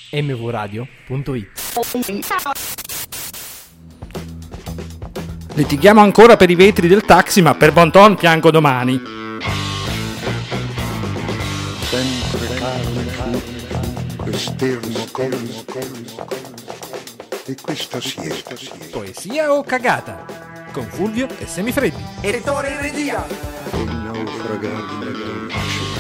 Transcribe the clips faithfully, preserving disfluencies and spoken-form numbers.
m v radio punto it. Litighiamo ancora per i vetri del taxi, ma per bon ton piango domani. Sempre calmo, quest'ermo colmo, e questa siesta. Poesia o cagata? Con Fulvio e Semifreddi. E Tore in regia. Il naufragare dolce.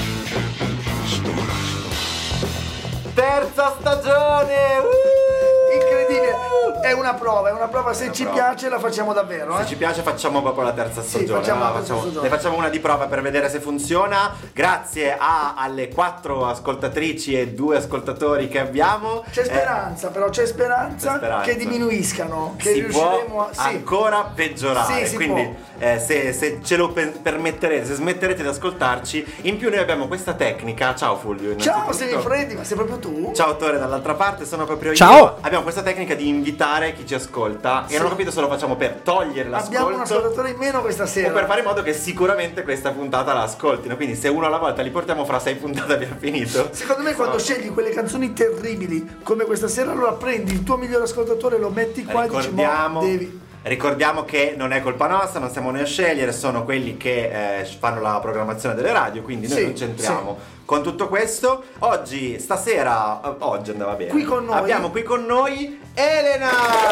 Terza stagione. Uh! Incredibile. È una prova, è una prova. Se Una ci prova. piace la facciamo davvero. Se Eh? ci piace facciamo proprio la terza Sì, stagione. facciamo no? la terza Facciamo- stagione. ne facciamo una di prova per vedere se funziona. Grazie a, alle quattro ascoltatrici e due ascoltatori che abbiamo. C'è Eh, speranza, però c'è speranza, c'è speranza. che diminuiscano, che si riusciremo può a. Sì. ancora peggiorare. Sì, si Quindi eh, se, se ce lo pe- permetterete, se smetterete di ascoltarci, in più noi abbiamo questa tecnica. Ciao Fulvio. Ciao innanzitutto. Semifreddi, ma sei proprio tu? Ciao Tore dall'altra parte, sono proprio io. Ciao. Abbiamo questa tecnica di invitare chi ci ascolta. Sì. E non ho capito se lo facciamo per togliere l'ascolto Abbiamo un ascoltatore in meno questa o sera. per fare in modo che sicuramente questa puntata la ascoltino. Quindi se uno alla volta li portiamo fra sei puntate abbiamo finito. Secondo me quando No. scegli quelle canzoni terribili come questa sera, allora prendi il tuo migliore ascoltatore, lo metti qua e dici Ricordiamo, mo devi. ricordiamo che non è colpa nostra, non siamo noi a scegliere, sono quelli che eh, fanno la programmazione delle radio, quindi noi Sì, non c'entriamo. Con tutto questo, oggi, stasera, eh, oggi andava bene. Qui con noi. Abbiamo qui con noi Elena!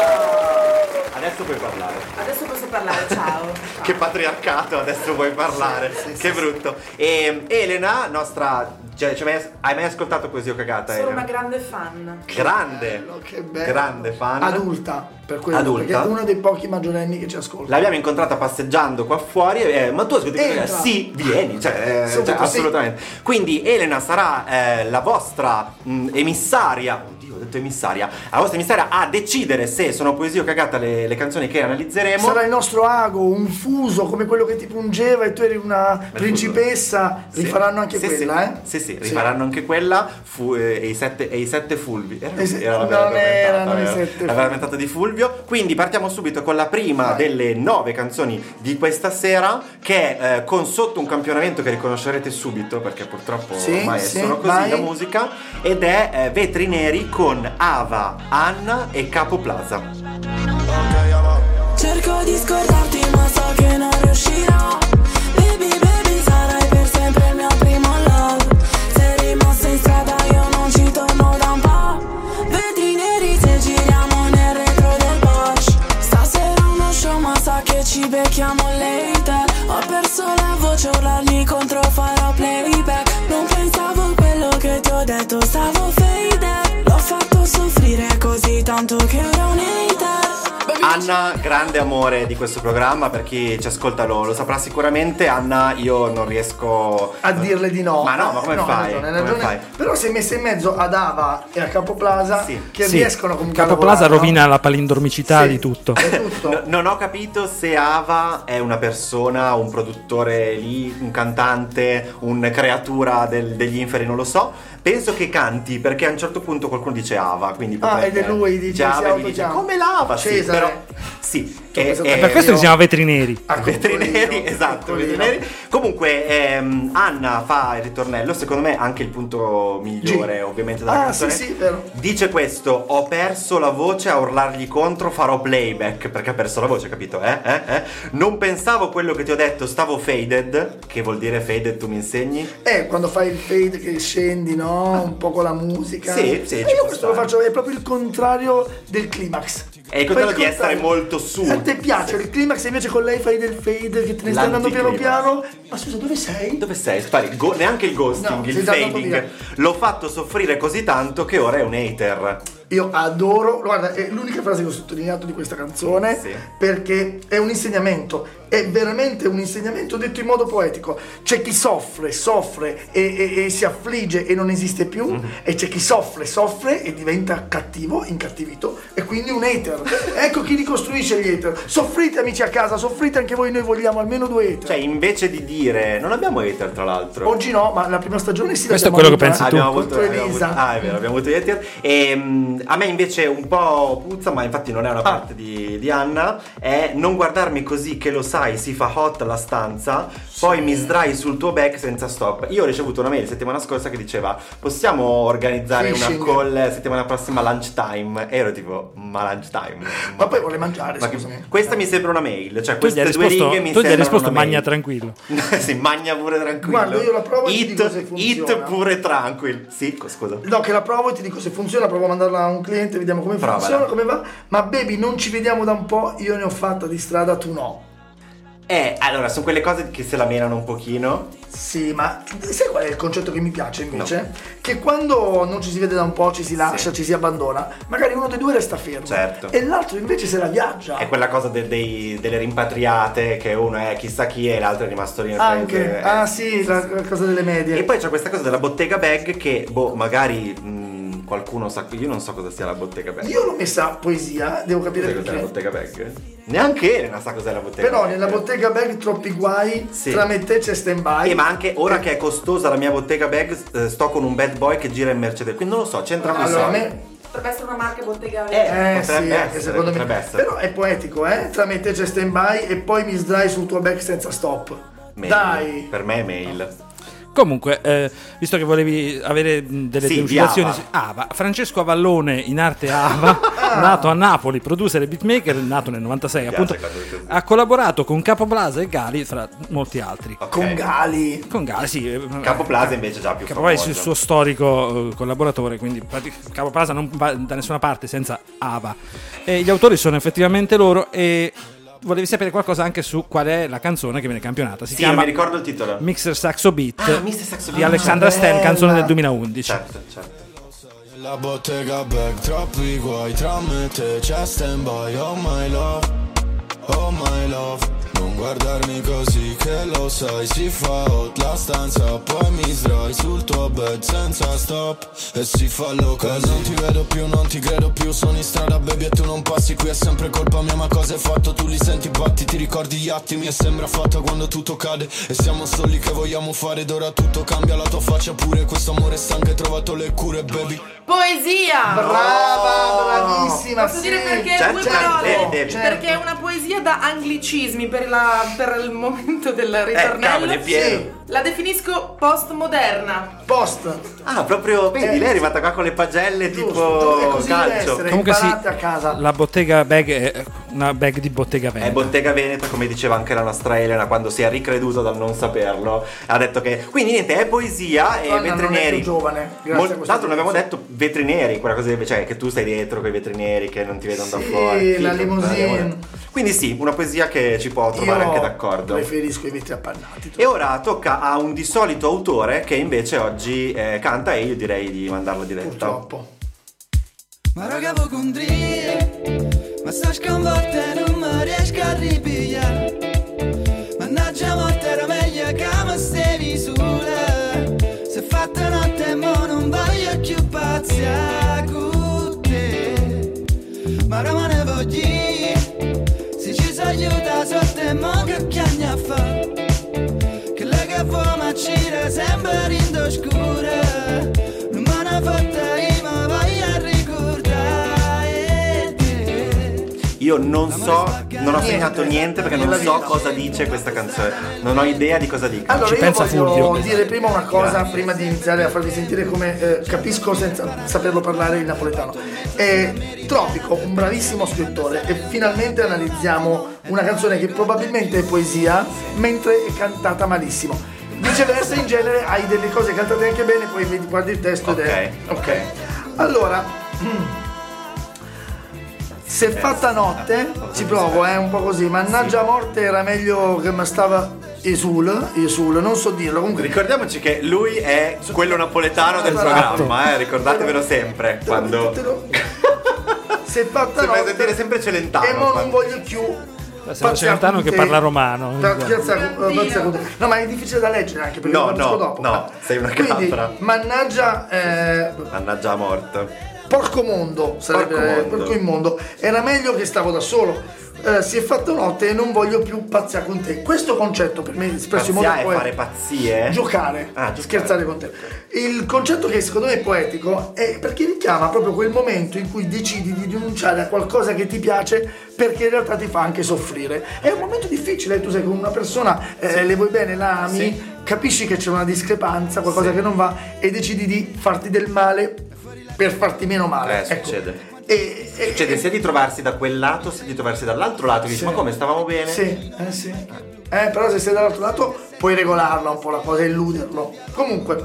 Adesso puoi parlare. Adesso posso parlare, ciao. Che patriarcato, adesso puoi parlare. Sì, sì, che sì, brutto. E Elena, nostra. Cioè, cioè, mai- hai mai ascoltato Poesia o Cagata? Sono Elena? una grande fan. Grande. Bello, che bello. Grande fan. Adulta, per quello, Adulta. perché è uno dei pochi maggiorenni che ci ascolta. L'abbiamo incontrata passeggiando qua fuori. eh, ma tu ascolti Entra. Sì, vieni. Cioè, eh, Subito, cioè, sì. assolutamente. Quindi Elena sarà eh, la vostra mh, emissaria. Oddio, ho detto emissaria. La vostra emissaria a decidere se sono poesia o cagata le, le canzoni che analizzeremo. Sarà il nostro ago, un fuso come quello che ti pungeva e tu eri una Bel principessa. Sì. Rifaranno anche Sì, quella, sì. eh? Sì, sì, rifaranno anche quella. Fu, eh, e, i sette, e i sette fulvi. Era, Eh sì, era la non vera erano tormentata, i era- sette la fulvi. tormentata di Fulvio. Quindi partiamo subito con la prima Vai. delle nove canzoni di questa sera, che è eh, con sotto un campionamento che riconoscerete subito, perché purtroppo Sì, ormai sì, è solo così vai. la musica, ed è eh, Vetri Neri con Ava, Anna e Capo Plaza. Cerco di scordarti ma so che non riuscirò. Baby, baby, sarai per sempre il mio primo love. Sei rimasta in strada, io non ci torno da un po'. Vetri neri se giriamo nel retro del Porsche. Stasera uno show ma sa che ci becchiamo later. Ho perso la voce, urlargli contro farò playback. Non pensavo a quello che ti ho detto, stavo faded. L'ho fatto soffrire così tanto che ora un hater. Anna, grande amore di questo programma, per chi ci ascolta lo, lo saprà sicuramente. Anna, io non riesco A dirle di no. Ma no, ma come No, fai? hai ragione, hai Come ragione. fai? Però sei messa in mezzo ad Ava e a Capo Plaza, Sì. che Sì, riescono comunque a Capo Plaza lavorare, no? rovina la palindromicità Sì. di tutto. È tutto. No, non ho capito se Ava è una persona, un produttore lì, un cantante, un creatura del- degli inferi, non lo so. Penso che canti, perché a un certo punto qualcuno dice Ava, quindi Ah, potrebbe- ed è lui, dice, dice si Ava e mi dice autochiama. come lava, sì, Cesare. però sì, Ho preso è- per Per questo io- si chiama Vetri Neri. A Vetrineri, Coccolino, esatto, Coccolino. Vetrineri. Comunque ehm, Anna fa il ritornello, secondo me anche il punto migliore G. ovviamente della Ah, canzone. sì, sì, vero. Dice questo: ho perso la voce a urlargli contro, farò playback, perché ha perso la voce, capito? Eh? Eh? Eh? Non pensavo quello che ti ho detto, stavo faded. Che vuol dire faded, tu mi insegni? Eh, quando fai il fade che scendi, no? Un po' con la musica. Sì, sì, E ci io può questo lo stare. faccio, è proprio il contrario del climax. È il Fai contrario di essere molto su. A te piace il climax, invece con lei fai del fade che te ne stai andando piano L'anticlimax. piano. Ma scusa, dove sei? Dove sei? Spari, go- neanche il ghosting, No, il sei già andato fading. via. L'ho fatto soffrire così tanto che ora è un hater. Io adoro, guarda, è l'unica frase che ho sottolineato di questa canzone, Sì. perché è un insegnamento, è veramente un insegnamento detto in modo poetico. C'è chi soffre, soffre e, e- e si affligge e non esiste più, Mm-hmm. e c'è chi soffre, soffre e diventa cattivo, incattivito, e quindi un hater. Ecco chi ricostruisce gli hater. Soffrite amici a casa, soffrite anche voi, noi vogliamo almeno due hater. Cioè, invece di dire, non abbiamo hater tra l'altro. Oggi no, ma la prima stagione sì. Questo è l'abbiamo quello che avuta, pensi tu. Abbiamo avuto, contro abbiamo Elisa. avuto- ah, è vero, abbiamo avuto gli hater. E, mh, a me invece un po' puzza, ma infatti non è una parte di, di Anna, è non guardarmi così che lo sai sdrai, si fa hot la stanza, poi mi sdrai sul tuo back senza stop. Io ho ricevuto una mail settimana scorsa che diceva possiamo organizzare Fishing. una call settimana prossima lunch time, e ero tipo ma lunch time? Ma poi vuole mangiare, Ma che- scusami. questa mi sembra una mail, cioè Tu gli hai queste due risposto, righe mi tu gli hai sembrano risposto una mail. magna tranquillo. Sì, magna pure tranquillo. Guarda, io la provo e ti Eat, dico se funziona. eat pure tranquillo. Sì, co- scusa. No, che la provo e ti dico se funziona, provo a mandarla a un cliente, vediamo come Provala. funziona, come va. Ma baby, non ci vediamo da un po', io ne ho fatta di strada, tu no. Eh, allora, sono quelle cose che se la menano un pochino. Sì, ma sai qual è il concetto che mi piace invece? Che quando non ci si vede da un po', ci si lascia, Sì. ci si abbandona, magari uno dei due resta fermo. Certo. E l'altro invece se la viaggia. È quella cosa de- dei- delle rimpatriate, che uno è chissà chi e l'altro è rimasto lì nel Anche, paese. Eh. ah sì, la, la cosa delle medie. E poi c'è questa cosa della bottega bag che, boh, magari mh, qualcuno sa. Io non so cosa sia la bottega bag. Io l'ho messa a poesia, devo capire Sai cos'è la perché. bottega bag? Neanche Elena sa cos'è la bottega Però bag. nella bottega bag troppi guai, Sì. tra me e te c'è stand by. Eh, ma anche ora che è costosa la mia bottega bag, eh, sto con un bad boy che gira in Mercedes. Quindi non lo so, c'entra con i Allora, a soldi. me Potrebbe essere una marca bottega Eh, vera. Eh sì, potrebbe anche essere, secondo me. potrebbe essere. Però è poetico, eh? Tra me e te c'è stand by e poi mi sdrai sul tuo back senza stop. Mail. Dai. Per me è mail. Comunque, eh, visto che volevi avere mh, delle Sì, delucidazioni di su Ava, Francesco Avallone, in arte Ava, nato a Napoli, producer e beatmaker, nato nel novantasei, Mi appunto, piace quando dici- ha collaborato con Capo Plaza e Gali, fra molti altri. Ok. Con Gali. Con Gali, sì. eh, Capo Plaza invece già più Capo Plaza è famoso. il suo storico eh, collaboratore, quindi prati- Capo Plaza non va da nessuna parte senza Ava. E gli autori sono effettivamente loro e volevi sapere qualcosa anche su qual è la canzone che viene campionata. Si Sì, non chiama mi ricordo il titolo. Mixer Saxo Beat Ah, mister Saxo di Beat. Alexandra Stan, bella. canzone del duemilaundici. Certo, certo. La bottega bag, troppi guai, tra me e te c'è stand by, oh my love, oh my love. Non guardarmi così che lo sai, si fa hot la stanza, poi mi sdrai sul tuo bed senza stop e si fa loca. Non ti vedo più, non ti credo più, sono in strada baby e tu non passi, qui è sempre colpa mia, ma cosa hai fatto? Tu li senti batti, ti ricordi gli attimi e sembra fatta quando tutto cade e siamo soli che vogliamo fare ed ora tutto cambia, la tua faccia pure, questo amore stanco, hai trovato le cure baby. Poesia! Brava, bravissima. Posso sì. dire perché Certo, due certo, parole? devi, devi. Perché è una poesia da anglicismi per, la, per il momento del Eh, ritornello. cavolo, è pieno. Sì. La definisco postmoderna. Post. Ah, proprio, vedi, Eh, lei è arrivata qua con le pagelle Giusto, tipo è così deve calcio. essere. Comunque sì, Imparate a casa. la bottega bag è una bag di bottega È veneta. bottega veneta, come diceva anche la nostra Elena quando si è ricreduta dal non saperlo. Ha detto che quindi niente, è poesia e Anna vetri non è neri. più giovane, grazie Mol- a questo Tanto non abbiamo discorso. detto vetri neri, quella cosa di- cioè che tu stai dietro con i vetri neri che non ti vedono da Sì, fuori. la Figo, limousine. l'abbiamo detto. Quindi sì, una poesia che ci può trovare Io anche d'accordo. preferisco i vetri appannati. E ora tocca a un di solito autore che invece oggi eh, canta e io direi di mandarlo diretta. Purtroppo. Ma raga vuoi condire, ma sto sconvolta e non mi riesco a ripigliare. Mannaggia morte era meglio che mi stavi sola. Se fatta notte e mo non voglio più pazzia con te. Ma ora me ne voglio, se ci si aiuta sotto e mo che chiagna fa. Che lei che vuoi ma ci sembra in oscura. Non me ne fotta io ma voglio ricordare te. Io non so, non ho Niente. segnato niente perché non Nella so vita. cosa dice questa canzone. Non ho idea di cosa dica. Allora Ci io pensa voglio Fulvio. dire prima una cosa, Grazie. prima di iniziare a farvi sentire come eh, capisco senza saperlo parlare il napoletano. Eh, Tropico, un bravissimo scrittore, e finalmente analizziamo una canzone che probabilmente è poesia, mentre è cantata malissimo. Viceversa, in genere hai delle cose cantate anche bene, poi vedi, guardi il testo ed è... Ok. Allora... Se fatta notte, ci provo, eh, un po' così. Mannaggia morte, era meglio che mi stava Esul, Esul, non so dirlo. Comunque, Ricordiamoci che lui è quello napoletano del Esatto. programma, eh, ricordatevelo sempre te lo- quando te lo- Se fatta si fa notte, sentire sempre Celentano. e mo non quando- voglio più. Siamo Celentano che parla romano. Pa- piazza- piazza- No, ma è difficile da leggere anche perché No, lo capisco no, dopo. no, sei una Quindi, capra. mannaggia, eh, Mannaggia a morte. porco mondo, sarebbe Porco mondo. porco immondo, era meglio che stavo da solo. Eh, si è fatta notte e non voglio più pazziare con te. Questo concetto per me espresso in modo Pazziare è poetico. fare pazzie? Giocare, Ah, giocare. scherzare con te. Il concetto che secondo me è poetico è perché richiama proprio quel momento in cui decidi di rinunciare a qualcosa che ti piace perché in realtà ti fa anche soffrire. È un momento difficile, tu sei con una persona, eh, le vuoi bene, la ami, Sì. capisci che c'è una discrepanza, qualcosa Sì. che non va e decidi di farti del male per farti meno male. Eh, Ecco. succede. E, e- Succede sia di trovarsi da quel lato sia di trovarsi dall'altro lato. Che dici, Sì. ma come stavamo bene? Sì, eh sì. Eh, però se sei dall'altro lato puoi regolarla un po' la cosa, illuderlo. Comunque,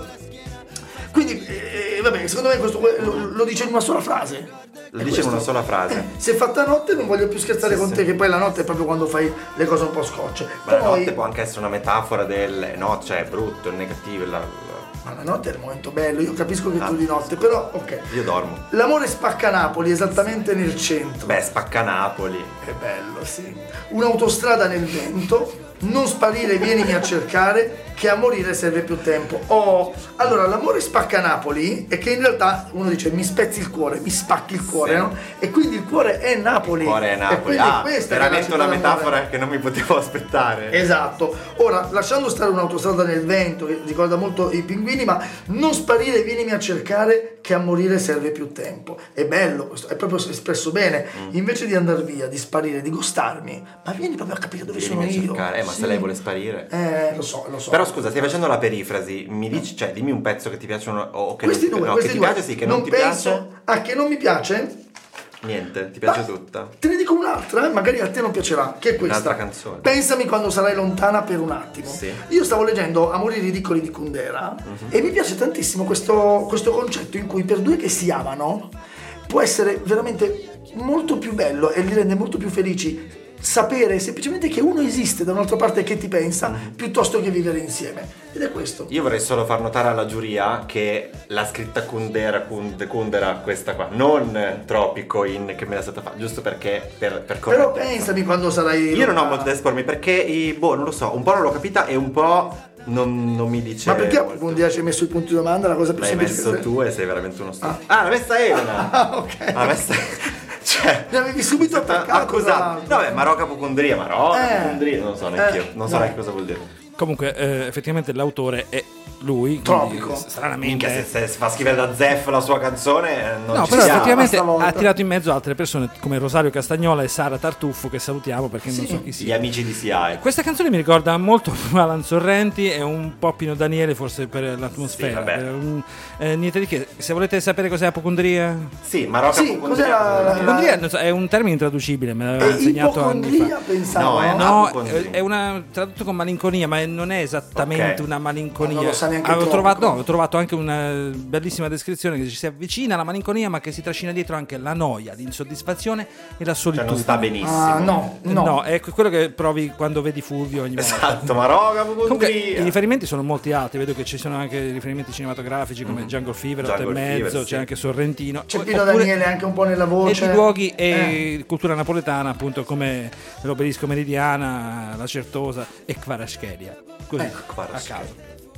quindi, eh, vabbè, secondo me questo lo, lo dice in una sola frase. Lo È dice in una questo. sola frase. Eh, si è fatta notte, non voglio più scherzare Sì, con sì. te, che poi la notte è proprio quando fai le cose un po' scocce. Ma la Poi- notte può anche essere una metafora del no, cioè è brutto, è negativo. la- la- Ma la notte è il momento bello, io capisco che Ah. tu di notte, però ok. Io dormo. L'amore spacca Napoli, esattamente nel centro. Beh, spacca Napoli. È bello, sì. Un'autostrada nel vento, non sparire, vienimi a cercare, che a morire serve più tempo. Oh, allora l'amore spacca Napoli è che in realtà uno dice mi spezzi il cuore, mi spacchi il cuore, Sì. no? E quindi il cuore è Napoli. Il cuore è E Napoli. quindi Ah, questa è la veramente città una d'amore. metafora che non mi potevo aspettare. Esatto. Ora, lasciando stare un'autostrada nel vento, che ricorda molto i pinguini, ma non sparire, vienimi a cercare, che a morire serve più tempo. È bello questo, è proprio espresso bene. Mm. Invece di andare via, di sparire, di gustarmi, ma vieni proprio a capire dove Vienimi a sono io. cercare. Eh, ma se Sì. lei vuole sparire. Eh, lo so, lo so. Però scusa, stai facendo la perifrasi. Mi dici, cioè, dimmi un pezzo che ti piacciono o che questi non, due, no, questi che ti due. piace, sì, che non, ti piace. penso, Ah, che non mi piace? Niente, ti piace Ma tutta. Te ne dico un'altra, eh, magari a te non piacerà, che è questa. Un'altra canzone. Pensami quando sarai lontana per un attimo. Sì. Io stavo leggendo Amori ridicoli di Kundera e mi piace tantissimo questo, questo concetto in cui per due che si amano può essere veramente molto più bello e li rende molto più felici sapere semplicemente che uno esiste da un'altra parte che ti pensa piuttosto che vivere insieme. Ed è questo. Io vorrei solo far notare alla giuria che l'ha scritta Kundera, Kund- Kundera questa qua, non Tropico in che me l'è stata fatta, giusto perché per, per Però correttezza. pensami quando sarai Io non ho lontana. molto da espormi perché, i- boh, non lo so, un po' non l'ho capita e un po' non, non mi dice Ma perché molto. Kundera ci hai messo i punti di domanda? La cosa più L'hai semplice messo che- tu e sei veramente uno stupido. Ah, l'ha messa Elena! Ah, ok. L'ha messa... cioè... Mi avevi subito è stata attaccato, tra accusata. l'altro. No, beh, Marocca Pocondria, Marocca Eh. Pocondria, non so neanche io, Eh, non so no. neanche cosa vuol dire. Comunque, eh, effettivamente l'autore è lui. quindi, Tropico. Stranamente. Minchia, se, se fa scrivere da Zeff la sua canzone, eh, non No, ci però siamo. effettivamente stavolta. ha tirato in mezzo altre persone come Rosario Castagnola e Sara Tartuffo, che salutiamo perché non so chi Gli sia. amici di S I A E. Questa canzone mi ricorda molto Alan Sorrenti e un po' Pino Daniele, forse per l'atmosfera. Sì, vabbè. Per un- eh, niente di che. Se volete sapere cos'è apocondria, Sì, Marocca Sì, Pocondria. cos'era cosa vuol dire? la- apocondria non so, è un termine intraducibile, me l'aveva E insegnato anni ipocondria fa. pensavo. No, è una- No, apocondria. è una tradotto con malinconia, ma non è esattamente Ok. una malinconia. Ma non lo sa neanche Avevo il trovato, Tropico. no, ho trovato anche una bellissima descrizione che si avvicina alla malinconia, ma che si trascina dietro anche la noia, l'insoddisfazione e la Cioè solitudine. non sta benissimo. Ah, no, no. No, è quello che provi quando vedi Fulvio ogni volta. Esatto, Marocca Comunque i Pocondria. riferimenti sono molti altri, vedo che ci sono anche riferimenti cinematografici come Jungle Fever, otto e Jungle mezzo, Fever, c'è sì. anche Sorrentino. C'è O- Pino oppure- Daniele anche un po' nella E voce. di luoghi e Eh. cultura napoletana, appunto come l'Obelisco Meridiana, la Certosa e Kvaraschelia. Così, Ecco, a Kvaraschelia. caso.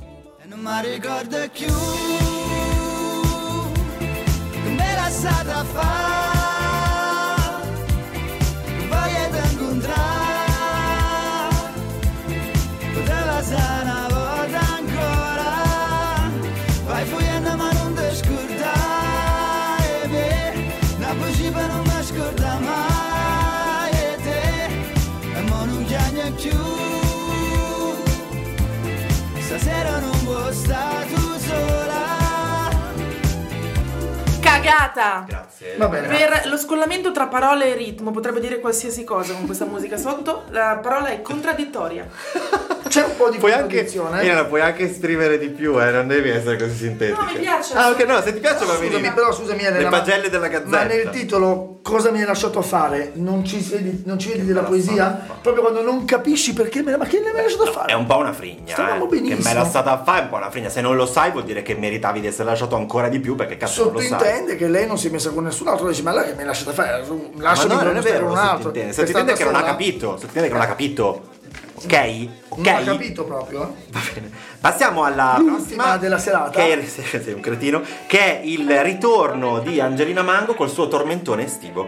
E non mi ricordo più come la stata fa voglia di incontrare poteva essere una volta ancora vai fuggendo ma non ti scordare me una voce per non mi scorda mai e te e mo non chiami più stasera non vuoi stare tu sola. Cagata! Grazie. Va bene. Per lo scollamento tra parole e ritmo potrebbe dire qualsiasi cosa con questa musica sotto. La parola è contraddittoria. C'è un po' di Puoi anche, contraddizione. eh. Elena, puoi anche esprimere di più, eh, non devi essere così sintetica. No, mi piace. Ah, ok, no, se ti piace va Scusami, benissimo. però scusami Elena, Le ma- pagelle della gazzetta. Ma nel titolo cosa mi hai lasciato fare? Non ci vedi, non ci vedi della me la poesia? fa, fa. Proprio quando non capisci perché me la, ma che ne mi hai lasciato fare? È un po' una frigna, Stavamo eh, benissimo. che me la stata a fare, è un po' una frigna. Se non lo sai vuol dire che meritavi di essere lasciato ancora di più perché cazzo non lo sai. Sottintende che lei non si è messa con nessun altro, dice ma lei che mi hai lasciato fare? Ma Lasciami no, non è stare vero, con un altro. sottintende. Sei Sottintende che stata non ha sola? capito, sottintende che non ha capito. Ok? Ok? Non ho capito proprio. eh. Va bene. Passiamo alla L'ultima prossima della serata. Che è, sei un cretino. Che è il ritorno di Angelina Mango col suo tormentone estivo.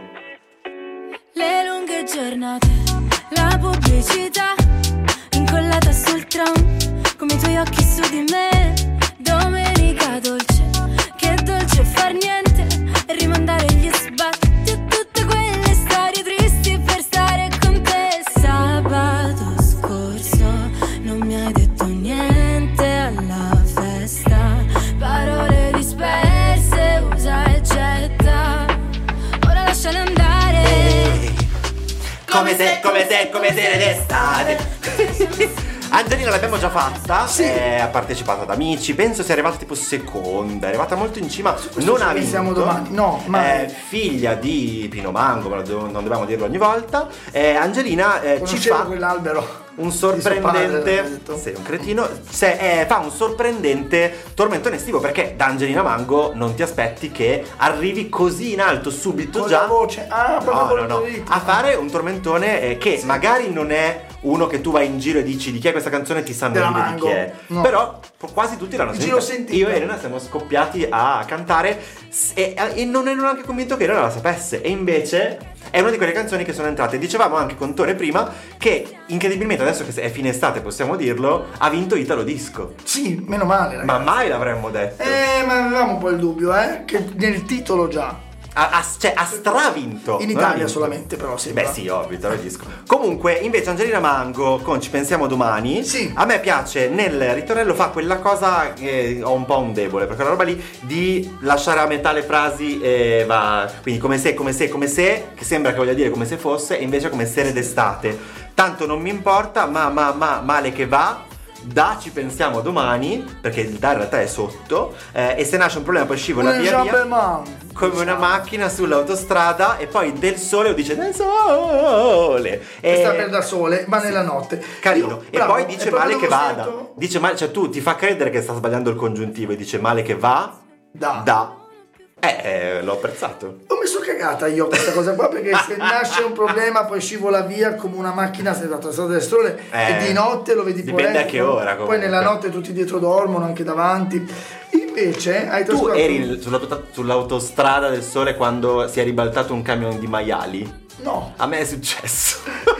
Le lunghe giornate, la pubblicità incollata sul tram, come i tuoi occhi su di me. Domenica dolce, che dolce far niente e rimandare gli sbatti a tutte quelle storie tristi per stare con te. Sabato scorso non mi hai detto niente alla festa, parole disperse, usa e getta, ora lasciale andare. Come se, come se, come se d'estate. Angelina l'abbiamo già fatta, Sì. eh, ha partecipato ad Amici, penso sia arrivata tipo seconda, è arrivata molto in cima, non ha vinto. Siamo domani, no, ma Eh, figlia di Pino Mango, ma lo devo- non dobbiamo dirlo ogni volta. Eh, Angelina eh, ci conoscevo fa quell'albero. un Di suo padre, l'ho sorprendente, detto. sei un cretino, se, eh, fa un sorprendente tormentone estivo, perché da Angelina Mango non ti aspetti che arrivi così in alto subito Con già. la voce. Ah, proprio No, con no, no. il ritmo. A fare un tormentone eh, che magari non è uno che tu vai in giro e dici di chi è questa canzone, ti sanno Della dire di Mango. chi è. No. Però quasi tutti l'hanno Il sentita. giro sentito. Io e Elena siamo scoppiati a cantare s- e, e non ero neanche convinto che Elena la sapesse. E invece è una di quelle canzoni che sono entrate. Dicevamo anche con Tore prima che incredibilmente, adesso che è fine estate possiamo dirlo, ha vinto Italo Disco. Sì, meno male, ragazzi. Ma mai l'avremmo detto. Eh, ma avevamo un po' il dubbio, eh, che nel titolo già. Ha, ha- cioè, ha stravinto. In Non ha Italia vinto. solamente, però, sembra. Beh sì, ovvio, te lo disco. Comunque, invece Angelina Mango con Ci pensiamo domani. Sì. A me piace, nel ritornello fa quella cosa che ho un po' un debole, perché è una roba lì di lasciare a metà le frasi e va. Quindi come se, come se, come se, che sembra che voglia dire come se fosse, e invece come sere d'estate. Tanto non mi importa, ma ma ma male che va. Da ci pensiamo domani, perché il da in realtà è sotto, eh, e se nasce un problema poi scivola Un via via Jambelman. come una macchina sull'autostrada, e poi del sole dice del sole Che e sta per da sole, ma nella notte. carino. Io- E bravo, poi dice e proprio male che dove vada, sento- dice male, cioè tu ti fa credere che sta sbagliando il congiuntivo e dice male che va Da. da eh, eh, l'ho apprezzato. Ho messo cagata io questa cosa qua, perché se nasce un problema poi scivola via come una macchina se la strada del sole, Eh, e di notte lo vedi dipende poetico. a che ora, Poi comunque. nella notte tutti dietro dormono, anche davanti. Invece hai Tu trascurato- eri sull'auto- sull'autostrada del sole quando si è ribaltato un camion di maiali? No, A me è successo.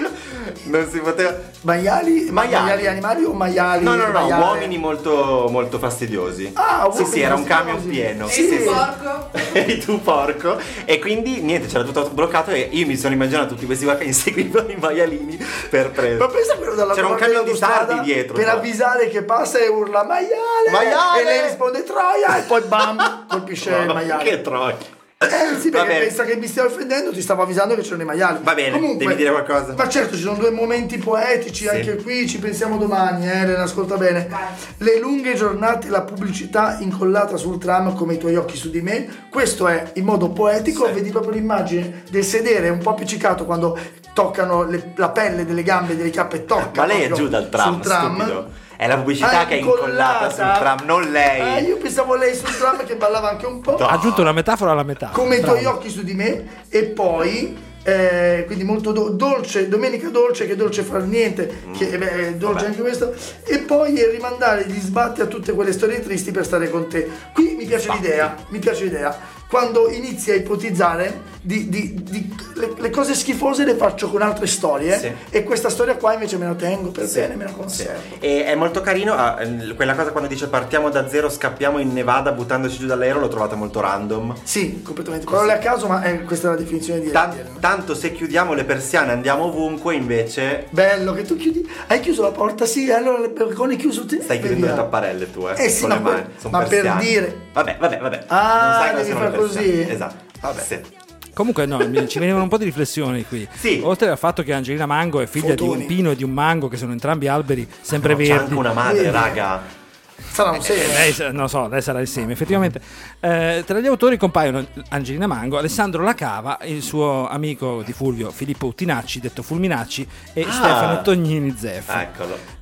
Non si poteva. maiali, ma Maiali. maiali animali o maiali? No, no, no, no, maiale? uomini molto, molto fastidiosi. Ah, sì, uomini sì, era un camion fastidiosi. pieno. E Sì, sì, tu sì. porco? Eri tu porco. E quindi niente, c'era tutto bloccato e io mi sono immaginato tutti questi qua che inseguivano i maialini per Ma prendere. pensa quello dalla C'era un parte camion di dell'autostrada sardi dietro, per no? avvisare che passa e urla maiale, Maiale! e lei risponde troia e poi bam colpisce il No, maiale. che troia. Eh sì, Va perché bene. pensa che mi stia offendendo, ti stavo avvisando che c'erano i maiali. Va bene, Comunque, devi dire qualcosa. Ma certo, ci sono due momenti poetici Sì. anche qui, ci pensiamo domani, eh, Elena, ascolta bene. Le lunghe giornate, la pubblicità incollata sul tram come i tuoi occhi su di me. Questo è in modo poetico, Sì. vedi proprio l'immagine del sedere un po' appiccicato quando toccano le- la pelle delle gambe, delle cappe, tocca. Ma lei è proprio giù dal tram, sul tram. stupido. È la pubblicità Ah, che è incollata sul tram, non lei. Ah, io pensavo lei sul tram che ballava anche un po'. Ha aggiunto una metafora alla metà. Come i tuoi Bravo. occhi su di me. E poi eh, quindi molto do- dolce, domenica dolce, che dolce far niente, che eh, beh, è dolce Vabbè. anche questo. E poi eh, rimandare gli sbatti a tutte quelle storie tristi per stare con te. Qui mi piace Sbatti. l'idea, mi piace l'idea. Quando inizi a ipotizzare di, di- di- le, le cose schifose le faccio con altre storie, Sì. e questa storia qua invece me la tengo per Sì, bene, me la sì. conservo. E è molto carino, ah, eh, quella cosa quando dice partiamo da zero, scappiamo in Nevada buttandoci giù dall'aereo, l'ho trovata molto random. Sì, completamente. Parole a caso, ma eh, questa è la definizione di Tan- di Elena. tanto se chiudiamo le persiane andiamo ovunque, invece Bello che tu chiudi. Hai chiuso la porta? Sì, allora il balcone è chiuso te. stai e chiudendo le via. tapparelle tu, eh, Eh sì, con ma le poi- mani. Son ma per persiane. dire. Vabbè, vabbè, vabbè. Ah, Non sai cosa devi sono far le persiane. così? Esatto. Vabbè. Sì. Comunque no, mi- ci venivano un po' di riflessioni qui. Sì. Oltre al fatto che Angelina Mango è figlia Fotoni. di un pino e di un mango, che sono entrambi alberi sempre No, c'è verdi. anche una madre, Vedi. raga. Sarà un Eh, segno. lei, sa- non so, lei sarà il seme, effettivamente. Eh, tra gli autori compaiono Angelina Mango, Alessandro Lacava, il suo amico di Fulvio Filippo Uttinacci, detto Fulminacci, e Ah. Stefano Tognini Zeff. Eccolo.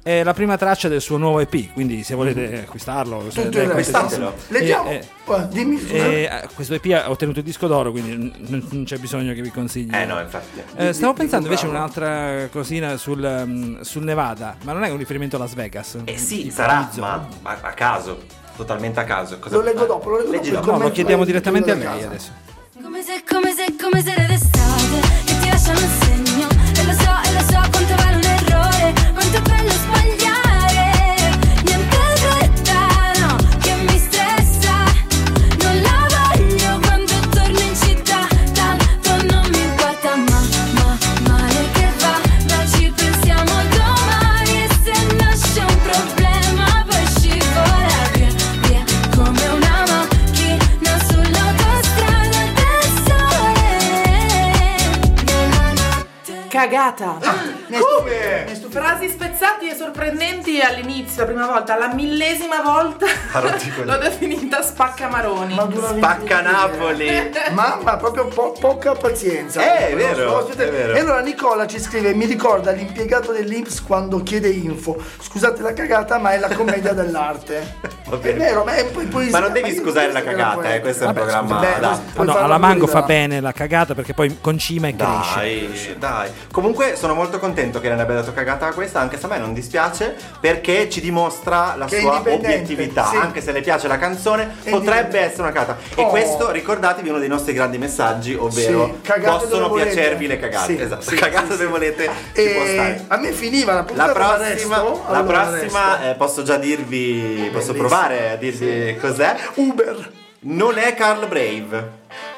è la prima traccia del suo nuovo E P, quindi se volete acquistarlo, se Tutto il resto. acquistatelo. Leggiamo. Eh, Eh, dimmi scusa. eh, eh, questo E P ha ottenuto il disco d'oro, quindi n- non c'è bisogno che vi consigli. Eh no, infatti. Eh, stavo di- pensando di invece comprarlo. un'altra cosina sul, um, sul Nevada, ma non è un riferimento a Las Vegas? Eh sì, Ipotizzo. sarà, ma ma a caso, totalmente a caso. Cosa Lo leggo dopo, lo leggo Leggi dopo. No, lo Commento chiediamo lei, direttamente a chiudo da lei casa. adesso. Come se, come se, come se era d'estate che ti lasciano un segno. E lo so, e lo so quanto vale un errore, quanto è bello sbagliare. Niente fretta, no, che mi stressa. Non la voglio quando torno in città, tanto non mi importa, ma, ma, male che va. Ma ci pensiamo domani e se nasce un problema poi scivola via, via come una macchina sull'autostrada del sole della notte. Cagata. Mi stufi- mi stufi- Frasi spezzati e sorprendenti all'inizio, la prima volta, la millesima volta l'ho definita spaccamaroni. Ma dura Spacca venti Napoli. Mamma, proprio po- poca pazienza. Eh, è No, vero, no, aspetta. è vero. E allora Nicola ci scrive: mi ricorda l'impiegato dell'I N P S quando chiede info. Scusate la cagata, ma è la commedia dell'arte. Va È bene. vero, ma è poi poesia. Ma non devi io- scusare la questa è cagata, poetica. eh, questo è un Vabbè, programma beh, adatto. puoi Ah, no, farlo alla Mango fa libera. bene la cagata perché poi concima e cresce. Dai, dai. Comunque sono molto contento che ne abbia dato cagata a questa, anche se a me non dispiace, perché ci dimostra la Che è sua indipendente, obiettività. sì. Anche se le piace la canzone, È potrebbe indipendente. essere una cagata. E Oh. questo, ricordatevi, uno dei nostri grandi messaggi, ovvero Sì, cagate possono dove piacervi volete. le cagate. Sì, Esatto, sì, cagate sì, dove sì. volete, ci può E stare. a me finiva la La puntata. prossima, l'arresto, la allora prossima l'arresto. eh, posso già dirvi, posso Bellissimo. provare a dirvi cos'è? Uber. Non è Carl Brave.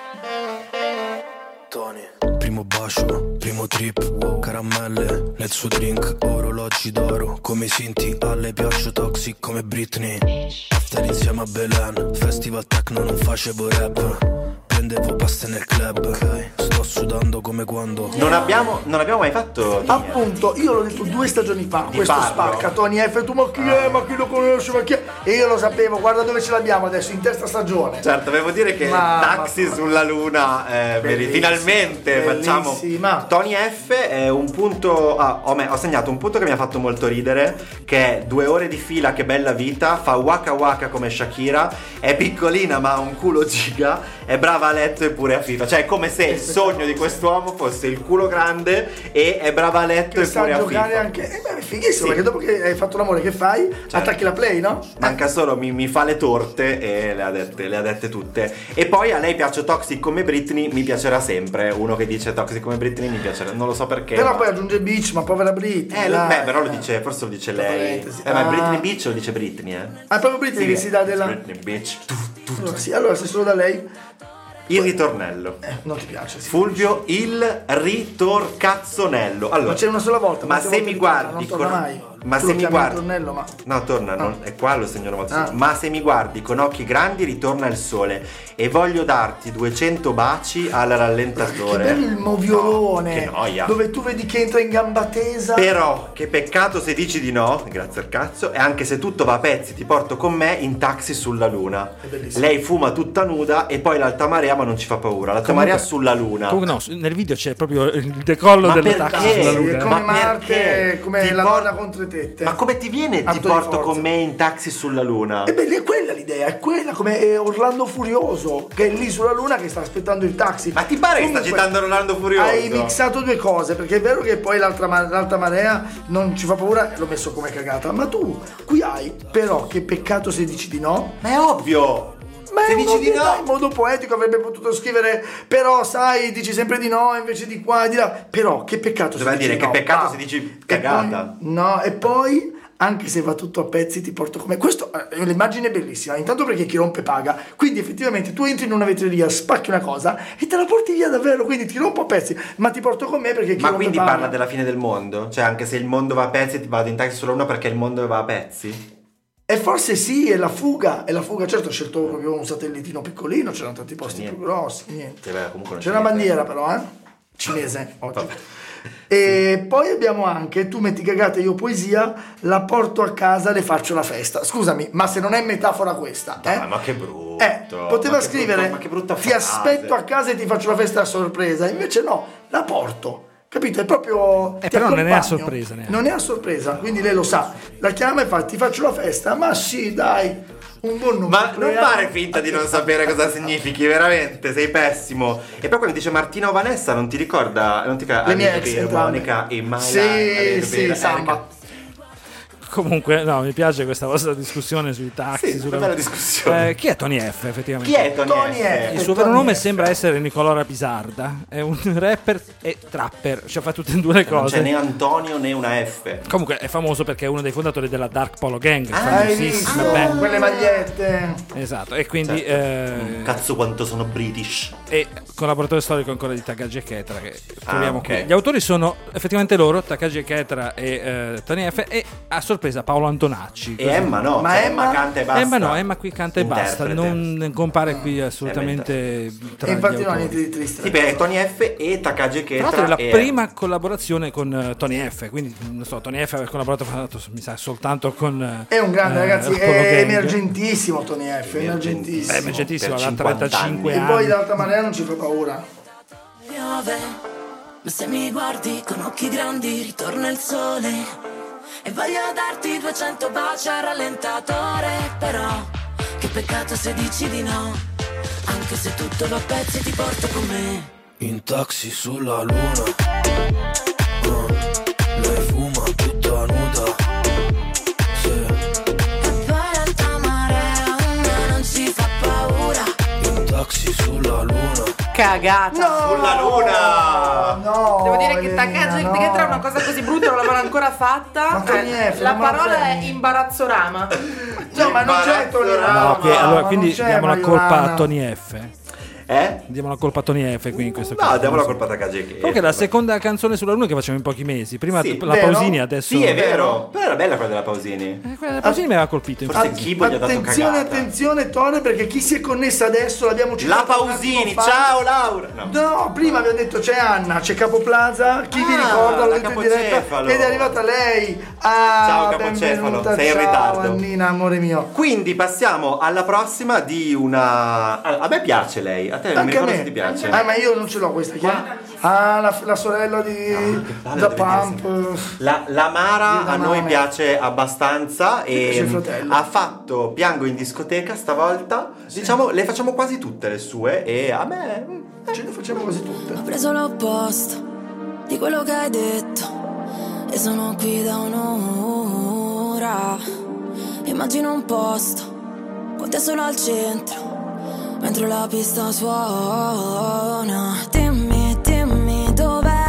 Tony. Primo bacio, primo trip, caramelle nel suo drink, orologi d'oro, come Sinti, a lei piaccio toxic come Britney. After insieme a Belen, festival techno non facevo rap, prendevo paste nel club, sto sudando come quando. Non abbiamo, non abbiamo mai fatto. Appunto, io l'ho detto due stagioni fa, Di questo farlo. spacca Tony F, tu ma chi è, ma chi lo conosce, ma chi è? E io lo sapevo, guarda dove ce l'abbiamo adesso, in terza stagione. Certo, devo dire che Ma- Taxi ma- sulla Luna, eh, vedi, Bellissima, finalmente facciamo. bellissima. Tony F è un punto. Ah, ho, me- ho segnato un punto che mi ha fatto molto ridere. Che è due ore di fila, che bella vita. Fa waka waka come Shakira. È piccolina, ma ha un culo giga. È brava a letto e pure a FIFA. Cioè, è come se il sogno di quest'uomo fosse il culo grande e è brava a letto Che e sa pure a giocare FIFA. anche. Eh beh, è fighissimo, Sì. perché dopo che hai fatto l'amore che fai, attacchi la play, no? Manca solo mi, mi fa le torte e le ha, dette, le ha dette tutte. E poi a lei piace Toxic come Britney, mi piacerà sempre. Uno che dice Toxic come Britney mi piacerà, non lo so perché. Però ma- poi aggiunge Beach, ma povera Britney. Eh, lo- dai. beh, però lo dice, forse lo dice Tra lei. parentesi. Eh, ma Ah. Britney Beach lo dice Britney, eh? Ah, proprio Britney che si dà della. Britney Beach. Tu, tu. Allora, sì, allora se solo da lei, Il ritornello. eh, non ti piace. Sì. Fulvio, il ritorcazzonello. Allora, Ma c'è una sola volta. ma molte se volte mi ritorna, guardi non torna con- mai. ma Tu se lo mi chiami guardi- ritornello, ma No, torna, non- è qua lo segno una volta. Ah. sì. Ma se mi guardi con occhi grandi ritorna il sole e voglio darti duecento baci al che rallentatore. bello il moviolone. No, che noia. Dove tu vedi che entra in gamba tesa. Però, che peccato se dici di no, grazie al cazzo, e anche se tutto va a pezzi, ti porto con me in taxi sulla luna. È bellissimo. Lei fuma tutta nuda e poi l'alta marea, ma non ci fa paura. L'alta Comunque- marea sulla luna. Comunque no, su- nel video c'è proprio il decollo Ma delle perché? taxi sulla Sì, luna. è eh. come Ma Marte, perché? come Ti la por- donna contro i tette. Ma come ti viene? Ti Atto di porto forza. con me in taxi sulla luna. E beh, lì è quella l'idea, è quella come è Orlando Furioso, che è lì sulla luna che sta aspettando il taxi. Ma ti pare che sta Comunque, citando Rolando Furioso? Hai mixato due cose, perché è vero che poi l'altra, ma- l'alta marea non ci fa paura, l'ho messo come cagata. Ma tu qui hai, però, che peccato se dici di no. Ma è ovvio! Ma se è dici di un'ovvietà, no, in modo poetico avrebbe potuto scrivere, però sai, dici sempre di no invece di qua e di là. Però che peccato Doveva se dici dire di che no. peccato Ah. se dici E cagata. poi- no, e poi anche se va tutto a pezzi ti porto come questo, eh, l'immagine è bellissima, intanto perché chi rompe paga, quindi effettivamente tu entri in una vetreria, spacchi una cosa e te la porti via davvero, quindi ti rompo a pezzi, ma ti porto con me perché chi Ma rompe quindi paga. parla della fine del mondo? Cioè, anche se il mondo va a pezzi, ti vado in taxi sulla luna perché il mondo va a pezzi? E forse sì, è la fuga, è la fuga, certo ho scelto proprio un satellitino piccolino, c'erano tanti posti Niente. più grossi, niente. Sì, beh, comunque non C'è una niente. bandiera però, eh? Cinese oggi. Vabbè. E poi abbiamo anche, tu metti cagate io poesia, la porto a casa, le faccio la festa. Scusami, ma se non è metafora questa, eh? Ah, ma che brutto. Eh, poteva ma che scrivere brutto- ma che brutta ti frase. aspetto a casa e ti faccio la festa a sorpresa, invece no, la porto. Capito? È proprio. Eh, ti però non è a accompagno. sorpresa neanche. Non è a sorpresa, quindi lei lo sa. La chiama e fa: ti faccio la festa. Ma sì, dai. Un buon numero. Ma non fare finta di non sapere cosa significhi, veramente, sei pessimo. E poi quando dice Martina o Vanessa, non ti ricorda, non ti Le mie ex, entrambe. Monica e Mala. Sì, sì, Samba. Comunque, no, mi piace questa vostra discussione sui taxi. Sì, sulla... una bella discussione. Eh, chi è Tony F, effettivamente? Chi è Tony, Tony F? F? Il suo vero nome sembra essere Nicolò Rapisarda. È un rapper e trapper, cioè fa tutte e due le Non cose. c'è né Antonio né una F. Comunque è famoso perché è uno dei fondatori della Dark Polo Gang. Ah, hai famosissima visto? band. Quelle magliette. Esatto, e quindi Certo. eh, Cazzo quanto sono British. e collaboratore storico ancora di Takagi e Ketra che troviamo ok. qui. Gli autori sono effettivamente loro, Takagi e Ketra e eh, Tony F, e a sorpresa Paolo Antonacci. E Così. Emma no, Ma cioè, Emma- Emma canta e basta. Emma no, Emma qui canta e basta, Interprete. non compare qui assolutamente tra E infatti gli non ha autori. niente di triste. Sì, beh, Tony F e Takagi Tra Ketra. l'altro è la e prima collaborazione con eh, Tony F, quindi non so, Tony F aveva collaborato fatto, mi sa soltanto con eh, È un grande, eh, ragazzi, Polo è Gang. emergentissimo Tony F, è emergentissimo. È emergentissimo, Per ha trentacinque E anni. poi l'alta marea non ci fa paura. Piove, ma se mi guardi con occhi grandi ritorna il sole. E voglio darti duecento baci al rallentatore. Però, che peccato se dici di no. Anche se tutto va a pezzi ti porto con me. In taxi sulla luna, uh, lei fuma tutta nuda. Sì. E poi l'alta marea a me non ci fa paura. In taxi sulla luna. Cagata. Sulla luna! No, Devo dire che Elenina, Takagi no. Ketra è una cosa così brutta, non l'avevano ancora fatta. Ma Tony Eh, F, la non me la parola è prendi. imbarazzorama. No, ma non c'è Tony F. No, qui- allora, ma quindi non c'è diamo la colpa Mariolana. a Tony F. Eh? Diamo la colpa a Tony F qui in questo No, caso. diamo la colpa a Takagi Ketra. Comunque è la seconda canzone sulla luna che facciamo in pochi mesi. Prima Sì, la vero? Pausini, adesso Sì, è vero. Però era bella quella della Pausini. Eh, quella della Pausini mi aveva colpito. Forse infatti. Kibo gli ha dato Attenzione, cagata. attenzione, Tone, perché chi si è connessa adesso l'abbiamo citato La un attimo Pausini, fa. ciao Laura. No. No, prima abbiamo detto c'è Anna, c'è Capo Plaza, chi vi Ah, ricorda, l'ho la detto in diretta, Capocefalo. ed è arrivata lei. Ah, Ciao, Capocefalo, benvenuta, sei in ciao, ritardo. Annina, amore mio. Quindi passiamo alla prossima di una... A a me piace lei, a te non mi Anche a ricordo me. se ti piace. Ah, ma io non ce l'ho questa, chi è? Ah, la, la sorella di palle, The devi Pump. La, la Mara Di a noi Mara. piace abbastanza piace e il fratello. ha fatto Piango in discoteca stavolta. Diciamo, le facciamo quasi tutte le sue e a me... mm, Ce ne facciamo quasi tutte. Ho preso l'opposto di quello che hai detto e sono qui da un'ora. Immagino un posto con te solo al centro mentre la pista suona. Dimmi, dimmi dov'è.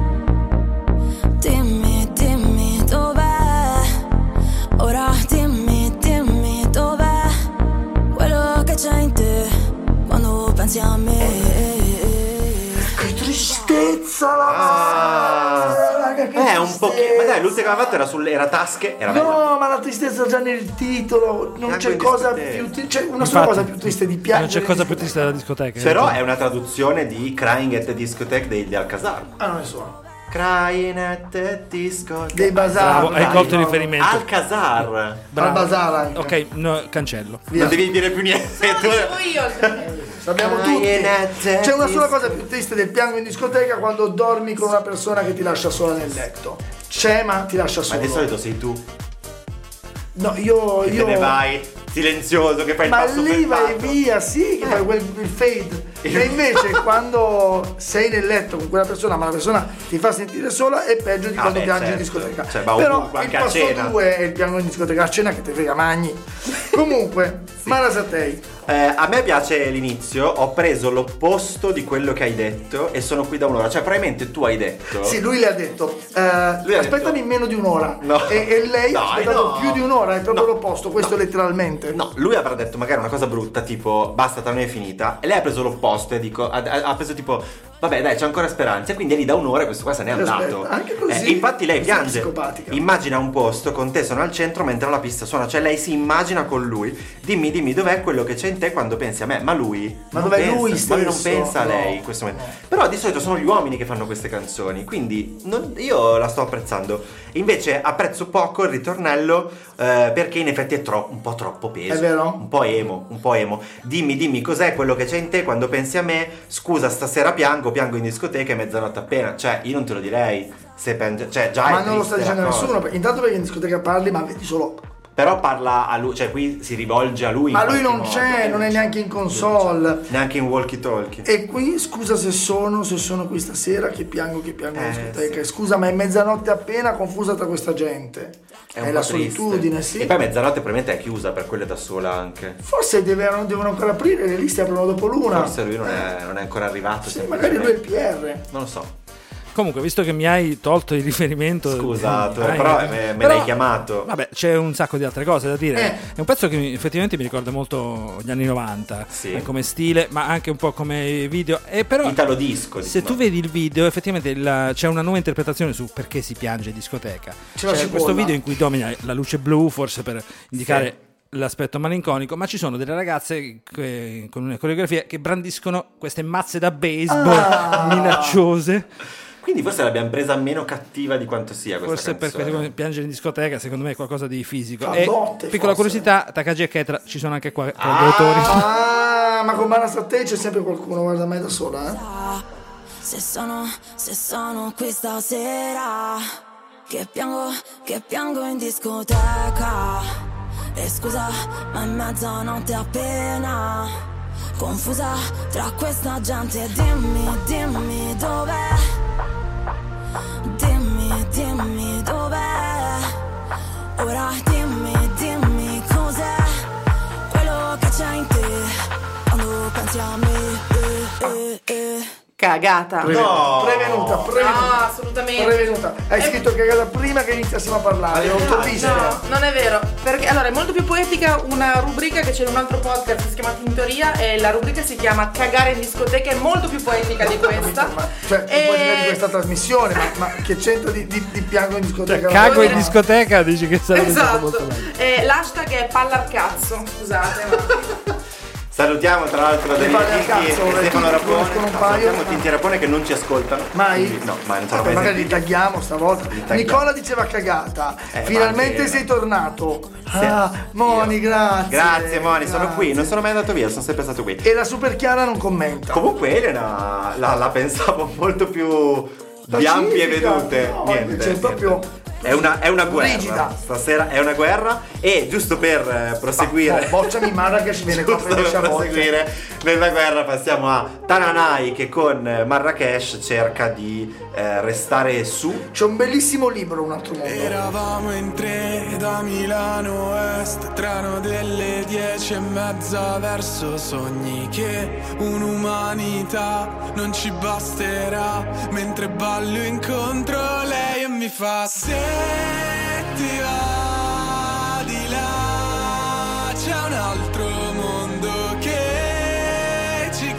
Dimmi, dimmi dov'è. Ora dimmi, dimmi dov'è quello che c'è in te quando pensi a me. Che tristezza la Ah, raga, che eh, un po'. tristezza. Ma dai, l'ultima che aveva fatto era, sul, era tasche, era bella. No, ma la tristezza già nel titolo. Non Piango c'è in cosa discoteca. più tri- c'è una Infatti, sola cosa più triste di piangere. Non c'è in cosa più discoteca. triste della discoteca. Però è una traduzione di Crying at the Discotheque degli Alcazar. Ah, non ne so. Crying at the Discotheque. Dei Bazar. Bravo, hai dai, colto il no. riferimento. Alcazar. Al Bazar anche. Ok, no, cancello. Non devi dire più niente. Tu- Dicevo io. Sappiamo Crying tutti. at the C'è una sola disco- cosa più triste del piango in discoteca quando dormi con una persona che ti lascia sola nel letto. C'è, ma ti lascia Ma solo. di solito sei tu No, io. che io... te ne vai silenzioso, che fai il Ma passo lì per vai passo. via, sì, che Eh. fai quel il fade. E invece quando sei nel letto con quella persona, ma la persona ti fa sentire sola, è peggio di Ah, quando beh, piangi in certo. discoteca. Cioè, ma Però ovunque, il anche a passo cena. due è il piango in discoteca a cena che te frega magni. Comunque, Mara Sattei. Eh, a me piace l'inizio, ho preso l'opposto di quello che hai detto e sono qui da un'ora. Cioè, probabilmente tu hai detto. Sì, lui le ha detto, eh, Lui ha aspettami detto- meno di un'ora. No. E, e lei ha Dai, aspettato no. più di un'ora, è proprio No. l'opposto, questo No. letteralmente. No, lui avrà detto magari una cosa brutta, tipo basta, tra noi è finita. E lei ha preso l'opposto e dico, ha, ha- ha preso tipo, vabbè dai, c'è ancora speranza. E quindi è lì da un'ora e questo qua se n'è Aspetta, andato. anche così? Eh, infatti lei Così è piange. psicopatica. Immagina un posto con te, sono al centro mentre la pista suona. Cioè lei si immagina con lui. Dimmi, dimmi dov'è quello che c'è in te quando pensi a me. Ma lui Ma non dov'è pensa, lui ma lui non stesso? pensa a lei No. in questo momento. Però Però di solito sono gli uomini che fanno queste canzoni, quindi non, io la sto apprezzando. Invece apprezzo poco il ritornello eh, perché in effetti è tro- un po' troppo peso. È vero? Un po' emo, un po' emo. Dimmi, dimmi cos'è quello che c'è in te quando pensi a me. Scusa, stasera piango, piango in discoteca e mezzanotte appena. Cioè, io non te lo direi se penge- cioè, già Ma è non lo sta triste dicendo la cosa. nessuno, perché intanto perché in discoteca parli, ma vedi solo. Però parla a lui, cioè qui si rivolge a lui. Ma in lui qualche non modo. c'è, non è neanche in console. Neanche in walkie talkie. E qui scusa se sono, se sono qui stasera che piango, che piango in Eh, discoteca. sì. Scusa, ma è mezzanotte appena, confusa tra questa gente. È, un la po' triste. solitudine, sì. E poi mezzanotte probabilmente è chiusa, per quello è da sola anche. Forse devono, devono ancora aprire, le liste aprono dopo l'una. Forse lui non è, non è ancora arrivato. Sì, magari lui è il P R. Non lo so. Comunque, visto che mi hai tolto il riferimento, Scusa, tu, Dai, però me, me però- l'hai chiamato. Vabbè, c'è un sacco di altre cose da dire. Eh. È un pezzo che mi- effettivamente mi ricorda molto gli anni novanta, Sì. eh, come stile, ma anche un po' come video. E però, Italo disco. se no. tu vedi il video, effettivamente il- c'è una nuova interpretazione su perché si piange in discoteca. Ce la C'è cipolla. questo video in cui domina la luce blu, forse per indicare l'aspetto malinconico, ma ci sono delle ragazze che- con una coreografia che brandiscono queste mazze da baseball Ah. minacciose. Quindi forse l'abbiamo presa meno cattiva di quanto sia questa Forse canzone. perché piangere in discoteca secondo me è qualcosa di fisico. Fa E botte, piccola forse. curiosità, Takagi e Ketra ci sono anche qua tra gli Ah! autori. Ah, ma con Bana Sattei c'è sempre qualcuno, guarda, mai da sola, eh. Se sono, se sono qui stasera, che piango, che piango in discoteca. E scusa, ma è mezzanotte appena, confusa tra questa gente. Dimmi, dimmi dov'è. Dimmi, dimmi dov'è. Ora dimmi, dimmi cos'è quello che c'è in te quando pensi a me. Eh, eh, eh. Cagata. Preve- No. Prevenuta, prevenuta. No, assolutamente. Prevenuta. Hai scritto cagata prima che iniziassimo a parlare, ho No, visto. no, non è vero. Perché allora è molto più poetica una rubrica che c'è in un altro podcast che si chiama Tintoria e la rubrica si chiama Cagare in discoteca, è molto più poetica di questa. Ma, cioè, E- un po' di questa trasmissione, ma, ma che c'entra di, di, di piango in Cioè, discoteca? cago in dire- discoteca, dici che sarebbe stato molto Esatto. meglio. E l'hashtag è pallarcazzo, scusate. Ma... Salutiamo tra l'altro Che Davide palle al Tinti cazzo, e eh, Stefano tutti Rapone. conoscono un No, paio. salutiamo Tinti e Rapone che non ci ascoltano. Mai? Quindi- no, mai, non sono Vabbè, mai magari li sentiti. tagliamo stavolta. tagliamo. Nicola diceva cagata. Eh, ma Finalmente anche- sei tornato. Sì. Ah, Moni, Io- grazie. Grazie Moni, sono Grazie. qui, non sono mai andato via, sono sempre stato qui. E la super Chiara non commenta. Comunque Elena la, la pensavo molto più di ampie Pacifica. vedute. No, niente, invece è niente. proprio È una, è una guerra. rigida. Stasera è una guerra. E giusto per eh, proseguire. No, bocciami Marrakesh viene qua a Giusto prenderci per a volte. proseguire nella guerra passiamo a Tananai che con eh, Marrakesh cerca di eh, restare su. C'è un bellissimo libro, Un altro mondo. Eravamo in tre da Milano Est, treno delle dieci e mezza verso sogni che un'umanità non ci basterà, mentre ballo incontro lei e mi fa se ti va di là c'è un altro mondo che ci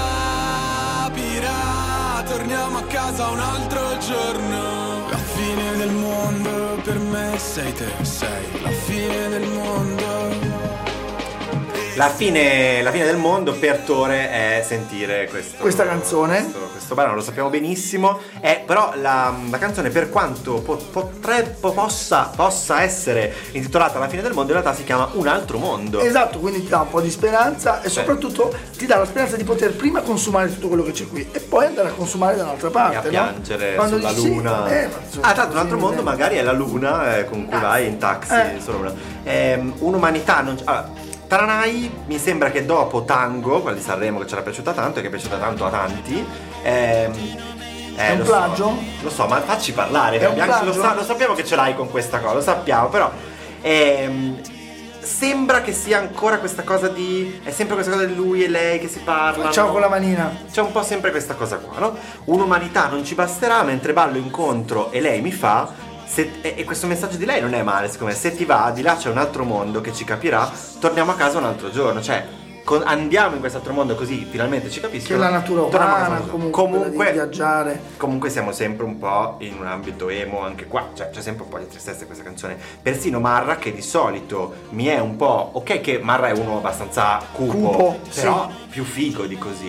capirà, torniamo a casa un altro giorno. La fine del mondo per me sei te, sei la fine del mondo. La fine, la fine del mondo per Tore è sentire questo, Questa canzone. questo, questo brano, lo sappiamo benissimo. È però la, la canzone, per quanto po- potrebbe, possa, possa essere intitolata La fine del mondo, in realtà si chiama Un altro mondo. Esatto, quindi ti dà un po' di speranza e Sì. soprattutto ti dà la speranza di poter prima consumare tutto quello che c'è qui e poi andare a consumare da un'altra parte. E a no? piangere Quando sulla dici, luna. sì, eh, ma insomma, ah, tanto un altro così, mondo eh. magari è la luna eh, con cui vai in taxi Eh. sulla luna. Ehm, un'umanità non c- allora, Taranai mi sembra che dopo Tango, quella di Sanremo che c'era piaciuta tanto e che è piaciuta tanto a tanti, ehm, eh, È un lo plagio? So, lo so, ma facci parlare. È un Bianchi, lo, plagio? sa- lo sappiamo che ce l'hai con questa cosa, lo sappiamo, però ehm, sembra che sia ancora questa cosa di è sempre questa cosa di lui e lei che si parlano. Ciao con la manina. C'è un po' sempre questa cosa qua, no? Un'umanità non ci basterà, mentre ballo incontro e lei mi fa. Se, e, e questo messaggio di lei non è male, secondo me. Se ti va, di là c'è un altro mondo che ci capirà, torniamo a casa un altro giorno. Cioè, con- andiamo in quest'altro mondo così finalmente ci capiscono. Che è la natura torniamo a casa umana, un altro giorno. comunque, comunque, di viaggiare. comunque siamo sempre un po' in un ambito emo anche qua. Cioè, c'è sempre un po' di tristezza in questa canzone. Persino Marra, che di solito mi è un po'. Ok, che Marra è uno abbastanza cupo, Cupo, però sì. più figo di così.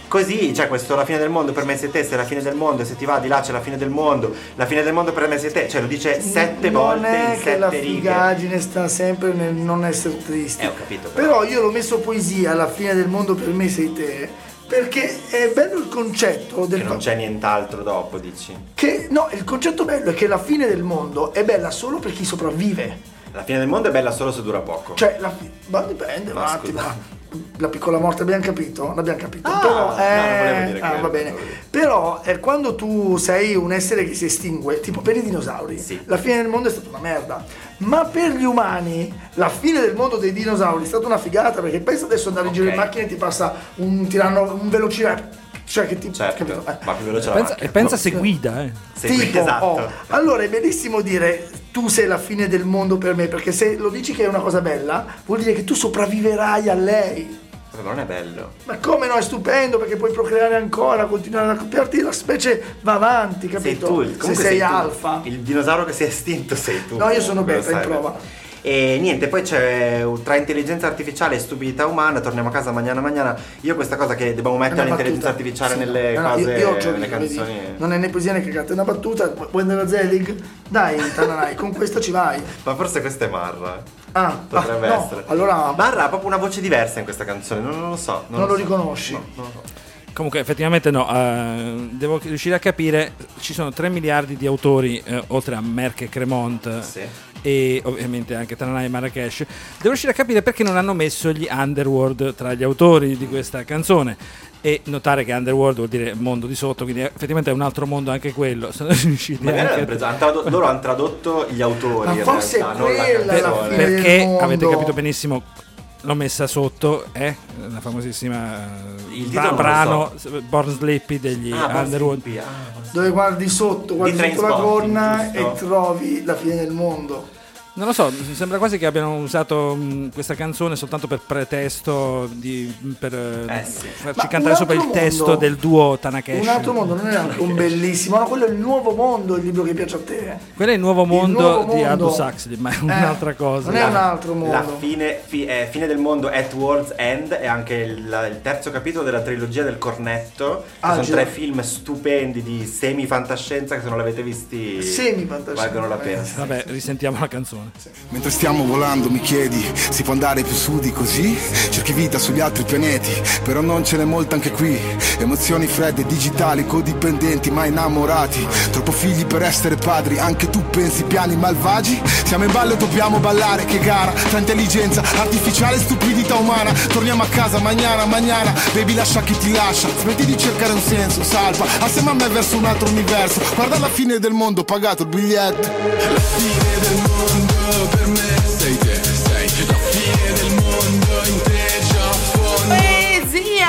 Così, cioè questo la fine del mondo per me sei te, se è la fine del mondo, se ti va di là c'è la fine del mondo, la fine del mondo per me sei te, cioè lo dice sette non volte è in che sette la righe. figaggine sta sempre nel non essere tristi. Eh, ho capito, però. Però io l'ho messo poesia, la fine del mondo per me sei te, perché è bello il concetto del Che non c'è nient'altro dopo, dici? che no, il concetto bello è che la fine del mondo è bella solo per chi sopravvive. La fine del mondo è bella solo se dura poco. Cioè, la fi- ma dipende, Ma un attimo. scusa. La piccola morte abbiamo capito? L'abbiamo capito. Ah, però, no, non eh, volevo dire ah, quello, va bene. volevo dire. Però è quando tu sei un essere che si estingue, tipo per i dinosauri, Sì. la fine del mondo è stata una merda. Ma per gli umani, la fine del mondo dei dinosauri è stata una figata, perché pensa adesso andare in giro in Ok. macchina e ti passa un tiranno, un velociraptor. Cioè che ti Certo, capito? Eh. ma più veloce la Pensa, macchina. e pensa se guida, eh. Sì, Tipo, esatto. oh, allora è bellissimo dire tu sei la fine del mondo per me, perché se lo dici che è una cosa bella, vuol dire che tu sopravviverai a lei. Ma non è bello. Ma come no, è stupendo, perché puoi procreare ancora, continuare a accoppiarti, la specie va avanti, Sei capito? tu, se comunque sei tu. alfa. Il dinosauro che si è estinto sei tu. No, io sono Lo beta in sai. prova. E niente, poi c'è tra intelligenza artificiale e stupidità umana, torniamo a casa mañana mañana. Io questa cosa che dobbiamo mettere È una l'intelligenza battuta. artificiale Sì, nelle no, no, cose, io, io ho nelle giochi, vedi? canzoni. Non è né poesia né cagata, è una battuta. Vuoi andare a Zelig? Dai, Tananai, con questo ci vai. Ma forse questa è Marra. Ah, Potrebbe ah, no, essere. allora Marra ha proprio una voce diversa in questa canzone, non, non lo so. non lo so. riconosci. No, non lo so. Comunque effettivamente no, eh, devo riuscire a capire, ci sono tre miliardi di autori, eh, oltre a Merck e Cremont, Sì. e ovviamente anche Tananai e Marrakesh. Devo riuscire a capire perché non hanno messo gli Underworld tra gli autori di questa canzone, e notare che Underworld vuol dire mondo di sotto, quindi effettivamente è un altro mondo anche quello. Sono riusciti Magari anche hanno a- preso- hanno tradotto- loro hanno tradotto gli autori Ma in forse realtà, è non la quella la canzone. fine del perché mondo. avete capito benissimo, l'ho messa sotto, è la famosissima eh, Il bra- titolo non lo brano Born Sleepy degli Ah, Born Underworld. Sleepy, ah, Dove guardi sotto, guardi Di sotto la Trainspotting, gonna e giusto? trovi la fine del mondo. Non lo so, mi sembra quasi che abbiano usato mh, questa canzone soltanto per pretesto di, per eh, Eh sì. farci Ma cantare un sopra il altro testo mondo- del duo Tanakesh. Un altro mondo non è anche un bellissimo, no, quello è il nuovo mondo, il libro che piace a te. Quello è il nuovo mondo, nuovo di mondo. Aldous Huxley, ma è un'altra cosa. Non è un altro mondo. La fine, fi- eh, fine del mondo at World's End è anche il, il terzo capitolo della trilogia del Cornetto. Che Ah, sono già. tre film stupendi di semi-fantascienza che se non l'avete visti Semi-fantascienza. valgono la pena. Vabbè, risentiamo la canzone. Mentre stiamo volando mi chiedi, si può andare più su di così? Cerchi vita sugli altri pianeti, però non ce n'è molta anche qui. Emozioni fredde, digitali, codipendenti, ma innamorati. Troppo figli per essere padri, anche tu pensi piani malvagi? Siamo in ballo e dobbiamo ballare, che gara tra intelligenza artificiale e stupidità umana. Torniamo a casa, mañana, mañana, baby lascia chi ti lascia. Smetti di cercare un senso, salva, assieme a me verso un altro universo. Guarda la fine del mondo, pagato il biglietto. La fine del mondo per me sei te, sei la fine del mondo in te già fondo. Poesia!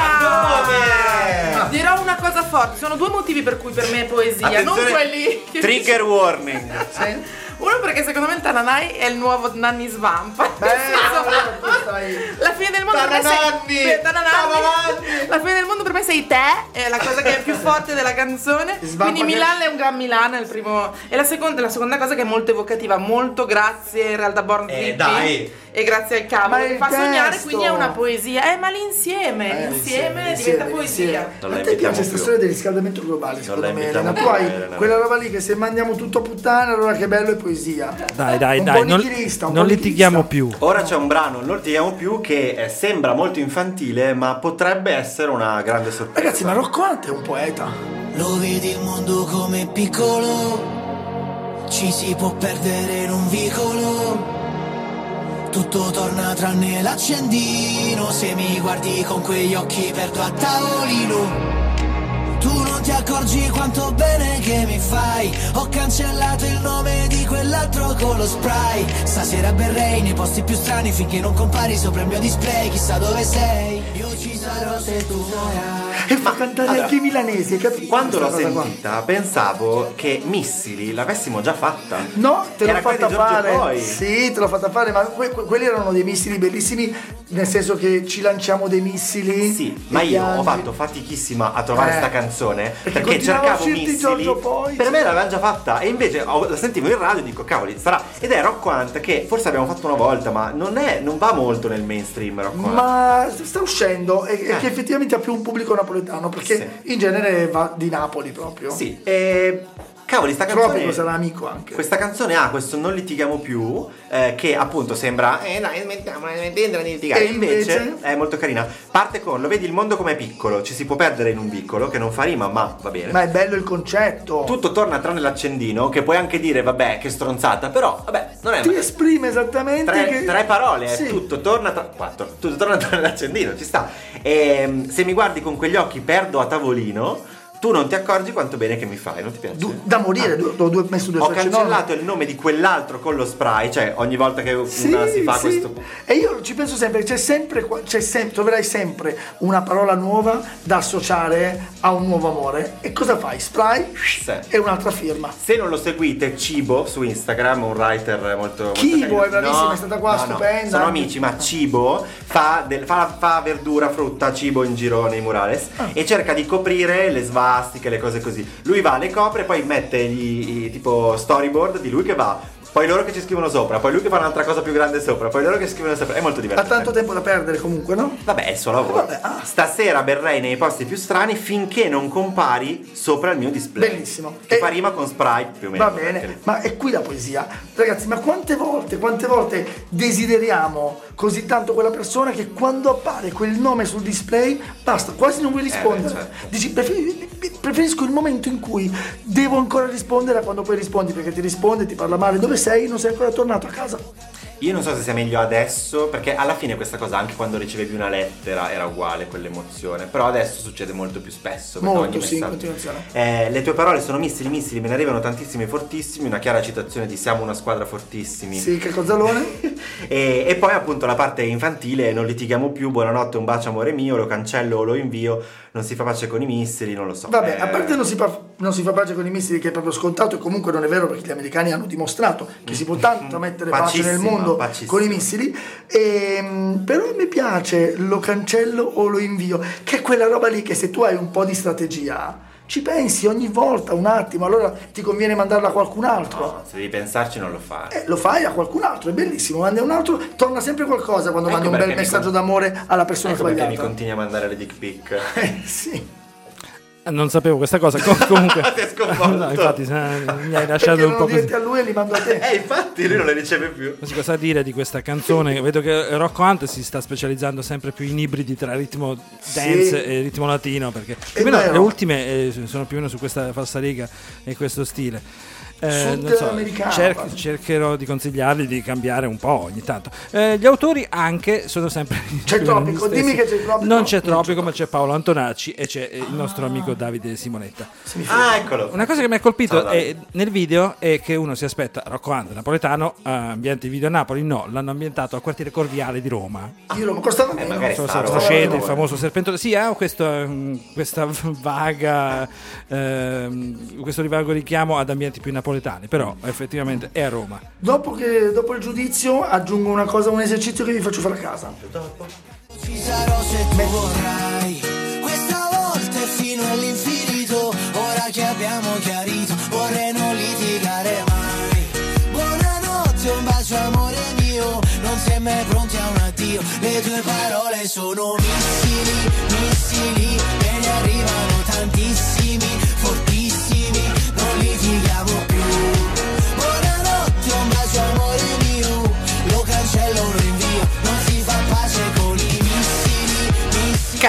Dove? Dirò una cosa forte, sono due motivi per cui per me è poesia, non Attenzione, quelli che trigger warning. Uno perché secondo me Tananai è il nuovo Nanni Svampa. Nel senso, la fine del mondo per me Tanananni! sei Tanananni. Tanananni! La fine del mondo per me sei te, è la cosa che è più forte della canzone. Svampa Quindi che- Milan è un gran Milan, è il primo. E la seconda, la seconda cosa che è molto evocativa, molto grazie in realtà Born Eh, Sleepy dai. e grazie al cavolo Ma che il fa sognare, testo! quindi è una poesia. Eh, ma l'insieme, Eh, l'insieme insieme, diventa insieme, poesia. insieme. Non la A te invitiamo piace questa più. storia del riscaldamento globale, secondo la me, invitiamo Elena. più, Tu hai Elena. quella roba lì che se mandiamo tutto a puttane, allora che bello è poesia. Dai, dai, Un dai, po' non, nichilista, un non po' litighiamo nichilista. più. Ora c'è un brano, non ti diamo più, che eh, sembra molto infantile, ma potrebbe essere una grande sorpresa. Ragazzi, ma Rocco Hunt è un poeta. Lo vedi il mondo come piccolo, ci si può perdere in un vicolo. Tutto torna tranne l'accendino, se mi guardi con quegli occhi perdo a tavolino. Tu non ti accorgi quanto bene che mi fai. Ho cancellato il nome di quell'altro con lo spray. Stasera berrei nei posti più strani finché non compari sopra il mio display. Chissà dove sei, io ci sarò se tu sarai. E fa cantare allora, anche i milanesi, hai capito? Quando l'ho questa cosa qua? sentita pensavo che Missili l'avessimo già fatta. No, te l'ho Era quella fatta di Giorgio fare. Poi. Sì, te l'ho fatta fare, ma que- que- quelli erano dei missili bellissimi, nel senso che ci lanciamo dei missili. Sì, e ma io ho piangi. fatto fatichissima a trovare Eh, sta canzone perché, continuava a cercavo uscirti missili. Giorgio Poi. Per me l'avevano già fatta e invece ho- la sentivo in radio e dico cavoli sarà. Ed è Rock Hunt che forse abbiamo fatto una volta ma non è non va molto nel mainstream Rock Hunt. Ma sta uscendo e, e Eh. che effettivamente ha più un pubblico napoletano perché in genere va di Napoli proprio. Sì, e cavoli, sta canzone Tropico sarà amico anche. Questa canzone ha questo non litighiamo più, eh, che appunto sembra eh dai smettiamo smettiamo di litigare. E invece, invece? è molto carina. Parte con lo vedi il mondo com'è piccolo, ci si può perdere in un vicolo, che non fa rima, ma va bene. Ma è bello il concetto. Tutto torna tranne l'accendino, che puoi anche dire vabbè che stronzata, però vabbè non è Ti esprime esattamente tre, che... tre parole, Sì. eh, tutto torna tra quattro, tutto torna tranne l'accendino, ci sta. E se mi guardi con quegli occhi perdo a tavolino. Tu non ti accorgi quanto bene che mi fai, non ti piace? Du- da morire, Ah. due, ho due, messo due Ho frecce cancellato enormi. il nome di quell'altro con lo spray, cioè ogni volta che una Sì, si fa sì. questo. E io ci penso sempre, c'è sempre, qua- c'è sempre, troverai sempre una parola nuova da associare a un nuovo amore. E cosa fai? Spray Sì. e un'altra firma. Se non lo seguite, Cibo su Instagram, un writer molto. molto Cibo carino. è bravissima, è stata qua, stupenda. Sono amici, ma Cibo fa, del- fa, fa verdura, frutta, cibo in giro nei murales Ah. e cerca di coprire le svastiche, le cose così. Lui va, le copre, poi mette gli, i, tipo storyboard di lui che va. Poi loro che ci scrivono sopra, poi lui che fa un'altra cosa più grande sopra, poi loro che scrivono sopra. È molto Ha divertente. tanto tempo da perdere comunque, no? Vabbè, è il suo lavoro. Vabbè, ah. Stasera berrei nei posti più strani finché non compari sopra il mio display. Bellissimo. Che E- fa rima con spray più o meno. Va anche bene, lì. ma è qui la poesia. Ragazzi, ma quante volte, quante volte desideriamo così tanto quella persona che quando appare quel nome sul display, basta, quasi non vuoi rispondere. beh, certo. Dici, "Preferi- preferisco il momento in cui devo ancora rispondere a quando poi rispondi, perché ti risponde, ti parla male, dove sei? Non sei ancora tornato a casa. Io non so se sia meglio adesso, perché alla fine questa cosa anche quando ricevevi una lettera era uguale quell'emozione, però adesso succede molto più spesso. perché Molto, ogni sì, in messaggio- continuazione. Eh, le tue parole sono missili, missili, me ne arrivano tantissimi e fortissimi, una chiara citazione di siamo una squadra fortissimi. Sì, che cozzalone? E, e poi appunto la parte infantile, non litighiamo più, buonanotte, un bacio amore mio, lo cancello o lo invio, non si fa pace con i missili, non lo so. Vabbè, Eh, a parte non si, fa, non si fa pace con i missili, che è proprio scontato, e comunque non è vero perché gli americani hanno dimostrato che si può tanto mettere pace nel Pacissima, mondo pacissima. con i missili. Ehm, però mi piace lo cancello o lo invio, che è quella roba lì che se tu hai un po' di strategia ci pensi ogni volta un attimo, allora ti conviene mandarla a qualcun altro. no, se devi pensarci non lo fai. Eh, lo fai a qualcun altro, è bellissimo, mandi a un altro, torna sempre qualcosa quando Ecco mandi un bel perché mi messaggio con- d'amore alla persona Ecco perché mi sbagliata. continui a mandare le dick pic. Eh, sì. Non sapevo questa cosa. Com- comunque, Ti è sconvolto. no, infatti, se- mi hai Perché lasciato un erano po' così. diretti a lui e li mando a te. Eh, infatti lui non le riceve più. Non so cosa dire di questa canzone. Vedo che Rocco Hunt si sta specializzando sempre più in ibridi tra ritmo dance Sì. e ritmo latino, perché È più o meno vero. le ultime eh, sono più o meno su questa falsariga e questo stile. Eh, non so, Sudamericano, cer- quasi. cercherò di consigliargli di cambiare un po' ogni tanto. Eh, gli autori anche sono sempre C'è gli Tropico, stessi. dimmi che c'è Tropico. Non c'è Non Tropico, ma c'è Paolo Antonacci e c'è eh, il nostro amico Davide Simonetta. Ah, eccolo. Una cosa che mi ha colpito Ciao, è, Davide. nel video è che uno si aspetta Rocco Hunt napoletano, eh, ambiente il video a Napoli, no, l'hanno ambientato al quartiere Corviale di Roma. Io lo costava Eh, meno. magari So, sta so, roba. Frascete, il famoso serpentone. Sì, ha questo, mm, questa vaga, ehm, questo rivago richiamo ad ambienti più napoletani, però effettivamente è a Roma. Dopo, che, dopo il giudizio aggiungo una cosa, un esercizio che vi faccio fare a casa. Ci sarò se tu vorrai. Questa volta è fino all'infinito. Ora che abbiamo chiarito, vorrei non litigare mai. Buonanotte, un bacio amore mio. Non si è mai pronti a un addio. Le tue parole sono missili, missili. Me ne arrivano tantissimi, fortissimi. Non litighiamo più. Buonanotte, un bacio amore mio. Lo cancello, lo invio. Non si fa pace con i missili, missili.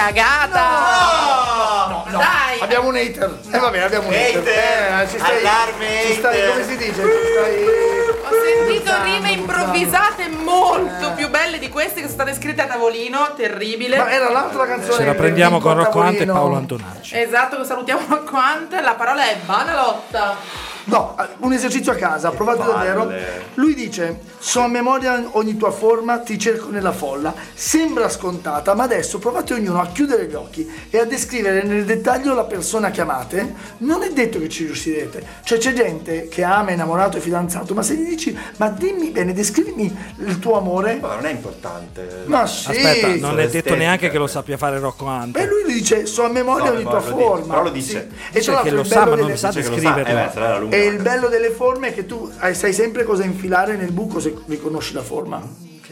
Cagata! No, no. Dai! Abbiamo un hater. Eh vabbè, abbiamo un hater. Hater. Eh, ci stai, Allarme, ci stai, hater. come si dice? Ci stai... Ho sentito buttando, rime buttando. improvvisate molto Eh. più belle di queste che sono state scritte a tavolino, terribile. Ma era l'altra canzone. Ce la del prendiamo con Vinco Rocco Hunt e Tavolino. Paolo Antonacci. Esatto, salutiamo Rocco Hunt. La parola è banalotta. No, un esercizio a casa, provate davvero. Lui dice: so a memoria ogni tua forma, ti cerco nella folla. Sembra scontata, ma adesso provate ognuno a chiudere gli occhi e a descrivere nel dettaglio la persona che amate. Non è detto che ci riuscirete. Cioè c'è gente che ama, è innamorato e fidanzato, ma se gli dici ma dimmi bene, descrivimi il tuo amore. Ma non è importante. Ma sì. Aspetta, non è detto estetica. neanche che lo sappia fare Rocco Hunt. E lui gli dice: so a memoria So a ogni memoria, tua lo dice, forma. però lo dice. Sì. Dice tra l'altro che lo il sa, bello ma non delle- sa Dice che lo sa. descriverlo. Eh beh, sarà la lunga. E il bello delle forme è che tu hai- sai sempre cosa infilare nel buco se riconosci la forma.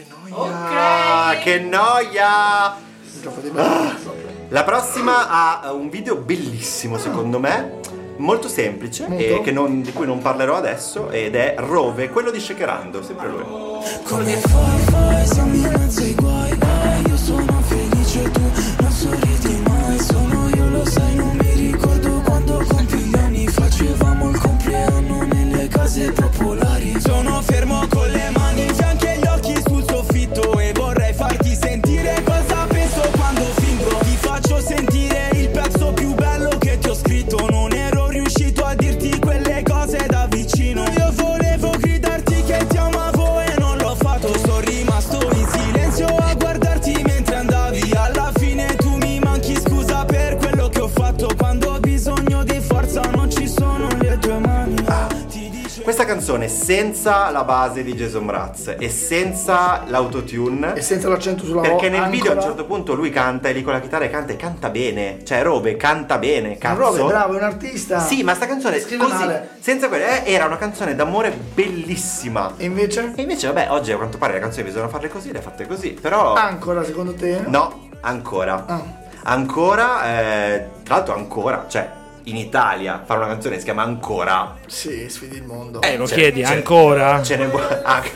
Ah, che noia! Gioco di La prossima ha un video bellissimo secondo me, molto semplice e che non- di cui non parlerò adesso, ed è Rove, quello di Shakerando, sempre lui. Come fai, fai, siamo in mezzo ai guai, guai. Io sono felice, tu non sorridi mai. Sono io, lo sai, non mi ricordo quando compi gli anni. Facevamo il compleanno nelle case popolari. Sono fermo con le mani in fianco e gli occhi sul soffitto, e vorrei farti sentire cosa penso quando fingo. Ti faccio sentire il pezzo più bello che ti ho scritto. Non ero riuscito a dirti quelle cose da vicino. Io volevo gridarti che ti amavo e non l'ho fatto. Sono rimasto in silenzio a guardarti mentre andavi. Alla fine tu mi manchi, scusa per quello che ho fatto. Quando ho bisogno di forza non ci sono le tue mani. Ti dice Questa canzone senza la base di Jason Mraz e senza l'autotune, E senza l'accento sulla O. perché nel video a un ancora- certo punto lui canta e lì con la chitarra e canta e canta bene, cioè Rove canta bene, cazzo. Rove, bravo, è un artista. Sì, ma sta canzone Scrive così, male. senza quella, eh, era una canzone d'amore bellissima. E invece? E invece vabbè, oggi a quanto pare le canzoni bisogna farle così, le ha fatte così, però Ancora secondo te? no, ancora. Ah. Ancora, eh, tra l'altro ancora, cioè in Italia fare una canzone che si chiama Ancora. Sì, sfidi il mondo. Eh, lo Cioè, chiedi cioè, ancora? Ce ne vuoi anche.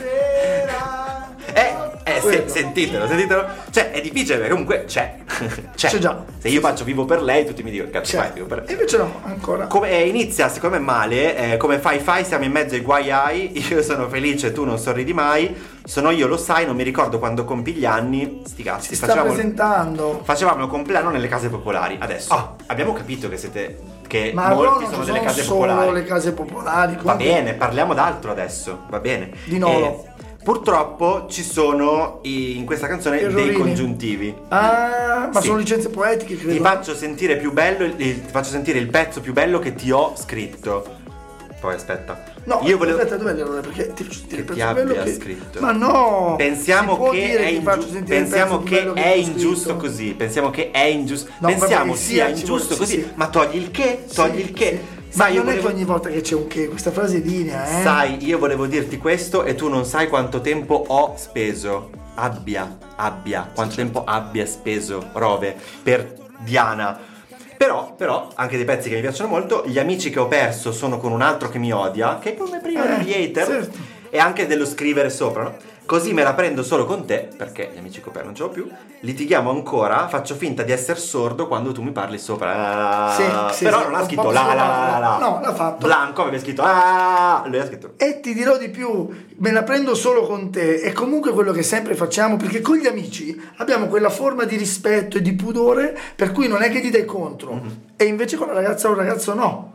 Eh, eh, se- sentitelo, sentitelo. Cioè, è difficile perché comunque c'è. c'è. C'è già. Se io faccio vivo per lei, tutti mi dicono, cazzo Cioè, fai vivo per e lei. invece no, ancora. Come eh, inizia secondo me male, eh, come fai fai, siamo in mezzo ai guai ai, io sono felice, tu non sorridi mai, sono io, lo sai, non mi ricordo quando compi gli anni, sti cazzi, Si sta facevamo, presentando. facevamo il compleanno nelle case popolari, adesso Ah. abbiamo capito che siete, che Ma allora molti non sono ci delle sono case solo popolari. le case popolari. Va comunque- bene, parliamo d'altro adesso, va bene. Di nuovo. E purtroppo ci sono i- in questa canzone dei Errorini. congiuntivi. Ah, ma Sì. sono licenze poetiche, credo. Ti faccio sentire più bello il- il- ti faccio sentire il pezzo più bello che ti ho scritto. Poi aspetta. No, io volevo aspetta, dov'è l'errore? Perché ti faccio sentire il che ti pezzo bello abbia che... scritto. Ma no! Pensiamo si può che dire è, ti ingiu- faccio sentire il pensiamo pezzo più che bello è ti ho ingiusto scritto. così. Pensiamo che è ingiusto. No, pensiamo vabbè, sia sia, ci ingiusto vuole- sì, così. sì. Ma togli il che? Togli Sì, il che? sì. Sai, Ma io non è volevo- che ogni volta che c'è un che, questa frase è linea, eh? Sai, io volevo dirti questo e tu non sai quanto tempo ho speso. Abbia, abbia, quanto tempo abbia speso Rove per Diana. Però, però, anche dei pezzi che mi piacciono molto, gli amici che ho perso sono con un altro che mi odia, che è come prima Eh, degli hater, certo. e anche dello scrivere sopra, no? Così me la prendo solo con te, perché gli amici che ho perso non ce l'ho più, litighiamo ancora, faccio finta di essere sordo quando tu mi parli sopra. Sì, sì, però sì, non ha un scritto po' la la la la la. No, l'ha fatto. Blanco aveva scritto ah, lui ha scritto. E ti dirò di più, me la prendo solo con te, è comunque quello che sempre facciamo, perché con gli amici abbiamo quella forma di rispetto e di pudore per cui non è che ti dai contro, Mm-hmm. e invece con la ragazza o un ragazzo no.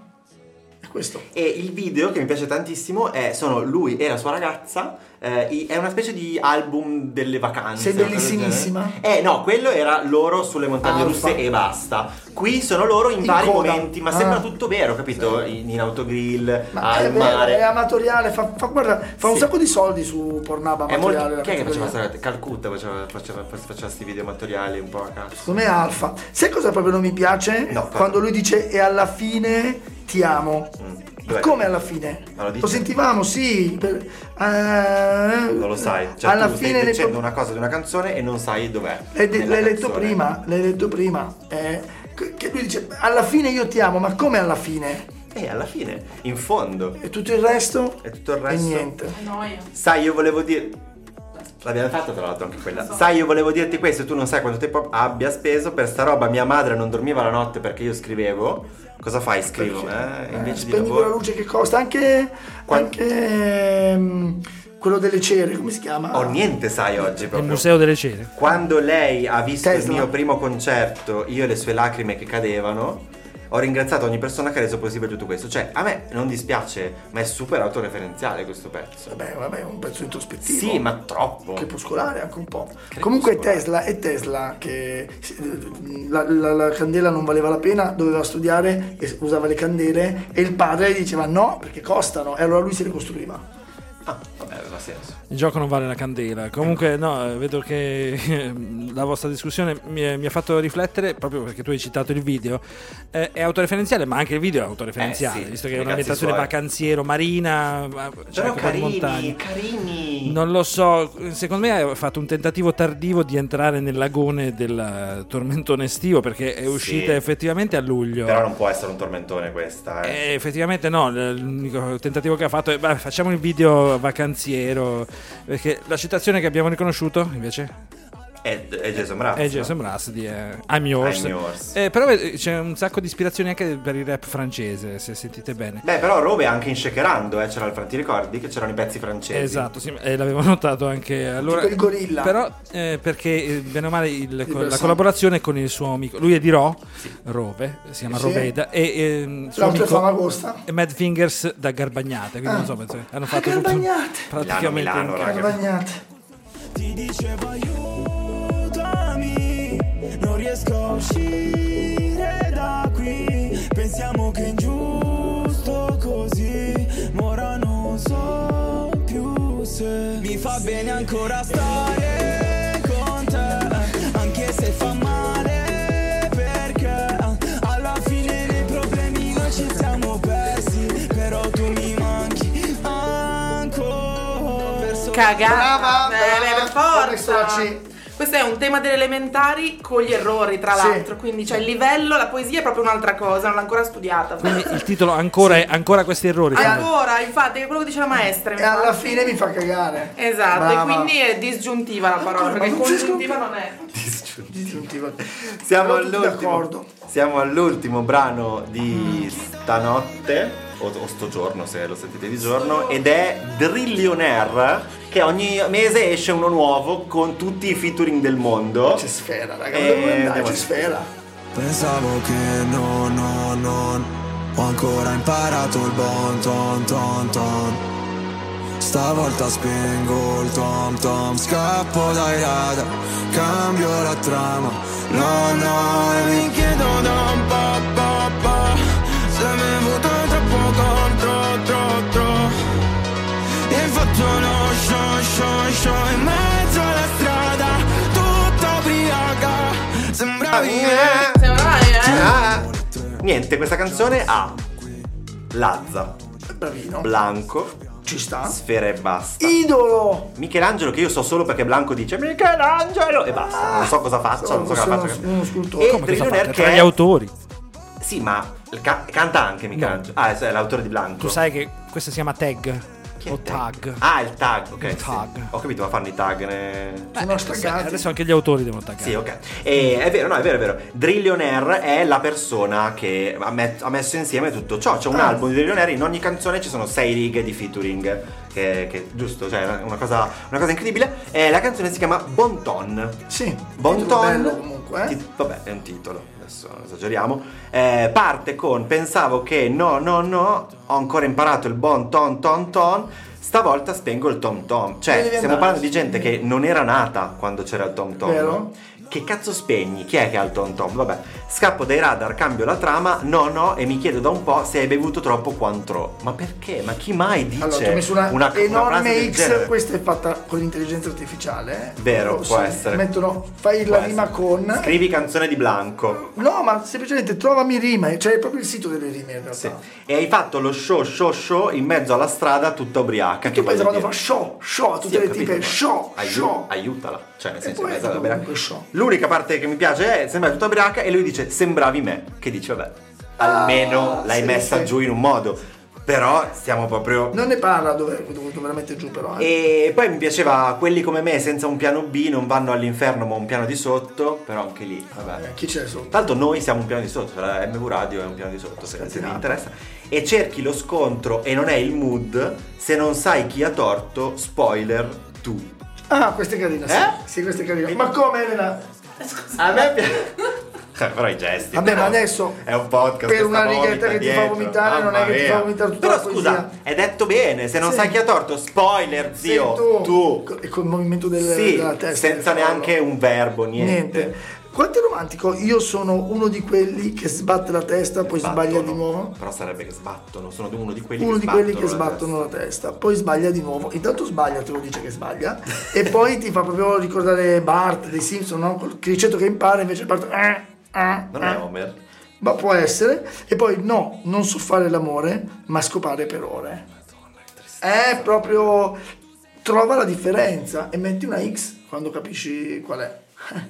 È questo. E il video che mi piace tantissimo è, sono lui e la sua ragazza, eh, i- è una specie di album delle vacanze. Sei una cosa del bellissimissima. genere. Eh no, quello era loro sulle montagne Alfa. russe e basta. Qui sono loro in, In vari coda. momenti, ma Ah. sembra tutto vero, capito? In, in autogrill, Ma al è vero, mare. è amatoriale, fa, fa- guarda, fa un Sì. sacco di soldi su Pornhub È amatoriale. molto. la Chi è che faceva categoria. sta- Calcutta faceva, faceva, faceva questi video amatoriali un po' a cazzo. Secondo me è Alfa. Sai cosa proprio non mi piace? No, fa- Quando lui dice e alla fine ti amo. Mm. Ma Dov'è? come alla fine? Ma lo dice? sentivamo, sì. per- eh, Non lo sai. Cioè, alla tu fine stai le- dicendo una cosa di una canzone e non sai dov'è. L'hai, de- nella l'hai letto canzone. prima, l'hai letto prima. eh, che che lui dice alla fine io ti amo, ma come alla fine? E alla fine, in fondo. E tutto il resto? E tutto il E resto. niente. Noia. Sai, io volevo dire. L'abbiamo fatta tra l'altro anche quella. Sai, io volevo dirti questo, tu non sai quanto tempo abbia speso per sta roba. Mia madre non dormiva la notte perché io scrivevo. Cosa fai? Scrivo, Perché? eh? Invece Eh, di spegni quella lavoro. luce che costa. Anche, Qua- anche ehm, quello delle cere, come si chiama? Oh, niente sai oggi Il proprio. Museo delle Cere. Quando lei ha visto Tesla. il mio primo concerto, io e le sue lacrime che cadevano, ho ringraziato ogni persona che ha reso possibile tutto questo. Cioè, a me non dispiace, ma è super autoreferenziale questo pezzo. Vabbè, vabbè, è un pezzo introspettivo. Sì, ma troppo. Crepuscolare anche un po'. Comunque è Tesla, è Tesla che la, la, la candela non valeva la pena, doveva studiare e usava le candele e il padre gli diceva no, perché costano, e allora lui se le costruiva. Ah, vabbè, aveva senso. Il gioco non vale la candela. Comunque, no, vedo che la vostra discussione mi, mi ha fatto riflettere, proprio perché tu hai citato il video. Eh, è autoreferenziale, ma anche il video è autoreferenziale, Eh sì, visto che è i un'ambientazione cazzi suoi. vacanziero, marina, cioè Però anche per montagna. carini, carini. Non lo so, secondo me ha fatto un tentativo tardivo di entrare nel lagone del tormentone estivo, perché è uscita Sì. effettivamente a luglio. Però non può essere un tormentone questa, eh. Eh, effettivamente no, l'unico tentativo che ha fatto è beh, facciamo il video vacanziero, perché la citazione che abbiamo riconosciuto invece È, è Jason Mraz. è Jason Mraz di eh, I'm Yours, I'm Yours. Eh, però eh, c'è un sacco di ispirazioni anche per il rap francese, se sentite bene. Beh, però Robe anche in Shakerando, eh, c'era il ti ricordi che c'erano i pezzi francesi? Esatto, sì, eh, l'avevo notato anche allora. Tipo il gorilla. Però eh, perché eh, bene o male il- la persone. collaborazione con il suo amico, lui è di Ro, Rove, si chiama Sì. Robeda, e eh, il suo L'altro è amico Famagosta. è Mad Fingers da Garbagnate, quindi Ah. non so, penso, hanno fatto tutto Garbagnate. praticamente Milano, in- Milano, raga. Carbagnate. Ti dicevo aiutami, non riesco a uscire da qui. Pensiamo che è ingiusto così, ma ora non so più se mi fa bene ancora stare con te, anche se fa male, perché alla fine dei problemi noi ci siamo persi, però tu mi manchi ancora. Verso Cagata. Brava, Eh, beh, per brava. Ho messo la forza. C. Questo è un tema delle elementari con gli errori, tra Sì. l'altro. Quindi, cioè, il livello, la poesia è proprio un'altra cosa, non l'ho ancora studiata. Quindi il titolo ancora è ancora questi errori. Ancora, infatti, è quello che dice la maestra. E alla infatti. fine mi fa cagare. Esatto, Brava. e quindi è disgiuntiva la parola, Ancora, perché ma non si congiuntiva non è. Disgiuntiva. Siamo Siamo tutti all'ultimo, d'accordo. siamo all'ultimo brano di stanotte, o, o sto giorno se lo sentite di giorno, ed è Drillionaire, che ogni mese esce uno nuovo con tutti i featuring del mondo. C'è Sfera, raga. Eh, Dove vuoi andare? devo- C'è Sfera. Pensavo che no, no, non ho ancora imparato il bon ton ton ton. Stavolta spengo il tom tom, scappo dai radar, cambio la trama. No, no, e mi chiedo da un po', po', po', se mi è avuto troppo contro, tro, tro. E faccio lo show, show, show in mezzo alla strada, tutta ubriaca, sembravi me. Sembra, eh? Ah, niente, questa canzone ha Lazza, Bravino. Blanco, Ci sta. Sfera e basta. Idolo. Michelangelo, che io so solo perché Blanco dice Michelangelo e basta, non so cosa faccia, non so cosa Sono faccia. uno scultore. E Come cosa Drillionaire fate? che Tra è- gli autori. Sì, ma il ca- canta anche Michelangelo. Ah, è l'autore di Blanco. Tu sai che questo si chiama tag Chi è o tag. Ah, il tag, ok. Il sì. tag. Ho capito, ma fanno i tag. Ne... Sono staccati. Adesso anche gli autori devono taggare. Sì, ok. E, è vero, no, è vero, è vero. Drillionaire è la persona che ha, met- ha messo insieme tutto ciò. C'è un Ah. album di Drillionaire, in ogni canzone ci sono sei righe di featuring. Che, che giusto, cioè è una cosa, una cosa incredibile. E la canzone si chiama Bon Ton. Sì. Bon titolo Ton. bello comunque, eh. Ti- vabbè, è un titolo, adesso esageriamo. Eh, parte con pensavo che no, no, no, ho ancora imparato il bon ton ton ton. Stavolta spengo il tom tom. Cioè, Devi stiamo andare, parlando di sì. gente che non era nata quando c'era il tom tom. Vero? Che cazzo spegni? Chi è che ha il tom tom? Vabbè, scappo dai radar, cambio la trama, no no, e mi chiedo da un po' se hai bevuto troppo quanto. Ma perché? Ma chi mai dice Allora, tu hai messo una, una, una enorme frase del X, genere? questa è fatta con l'intelligenza artificiale. Eh? Vero, Loro può sì, essere. Mettono, fai Può la essere. rima con. Scrivi canzone di Blanco. No, ma semplicemente trovami rima, cioè è proprio il sito delle rime in realtà. Sì. E hai fatto lo show, show, show in mezzo alla strada tutta ubriaca. Tu Che pensi voglio quando dire? fa show, show, a tutte Sì, ho le capito, tipe, ma show, aiu- show. aiutala. Cioè, nel E senso, poi in mezzo è alla comunque ubriaca. show. L'unica parte che mi piace è sembra tutta ubriaca e lui dice sembravi me. Che dice, vabbè, almeno Ah, l'hai sì, messa sì. giù in un modo. Però stiamo proprio. Non ne parla dove ho dovuto veramente giù però. Eh. E poi mi piaceva quelli come me senza un piano B non vanno all'inferno ma un piano di sotto. Però anche lì, vabbè. Eh, chi c'è sotto? Tra l'altro noi siamo un piano di sotto, la M V Radio è un piano di sotto, se, se vi interessa. E cerchi lo scontro e non è il mood, se non sai chi ha torto, spoiler, tu. Ah, questa è carina, sì. Eh? Sì, questa è carina. Ma come Elena? A me piace. Però i gesti. Vabbè, però ma adesso è un podcast per che una sta righetta vomita che ti fa dietro, vomitare non è mamma che ti mia. fa vomitare tutta Però la scusa, poesia. è detto bene, se non Sì. sai chi ha torto, spoiler, Sì, zio, tu, tu. co- e col movimento del, Sì, della testa senza del collo. neanche un verbo, niente. Niente. Quanto è romantico, io sono uno di quelli che sbatte la testa, poi sbaglia Sbattono. di nuovo. Però sarebbe che sbattono, sono uno di quelli Uno che di sbattono quelli che la sbattono la testa, poi sbaglia di nuovo. Intanto sbaglia, te lo dice che sbaglia, e poi ti fa proprio ricordare Bart dei Simpson, no? Col criceto che impara, invece Bart. Eh, eh, Non eh. è Homer? Ma può essere. E poi no, non so fare l'amore, ma scopare per ore. È proprio. Trova la differenza e metti una X quando capisci qual è.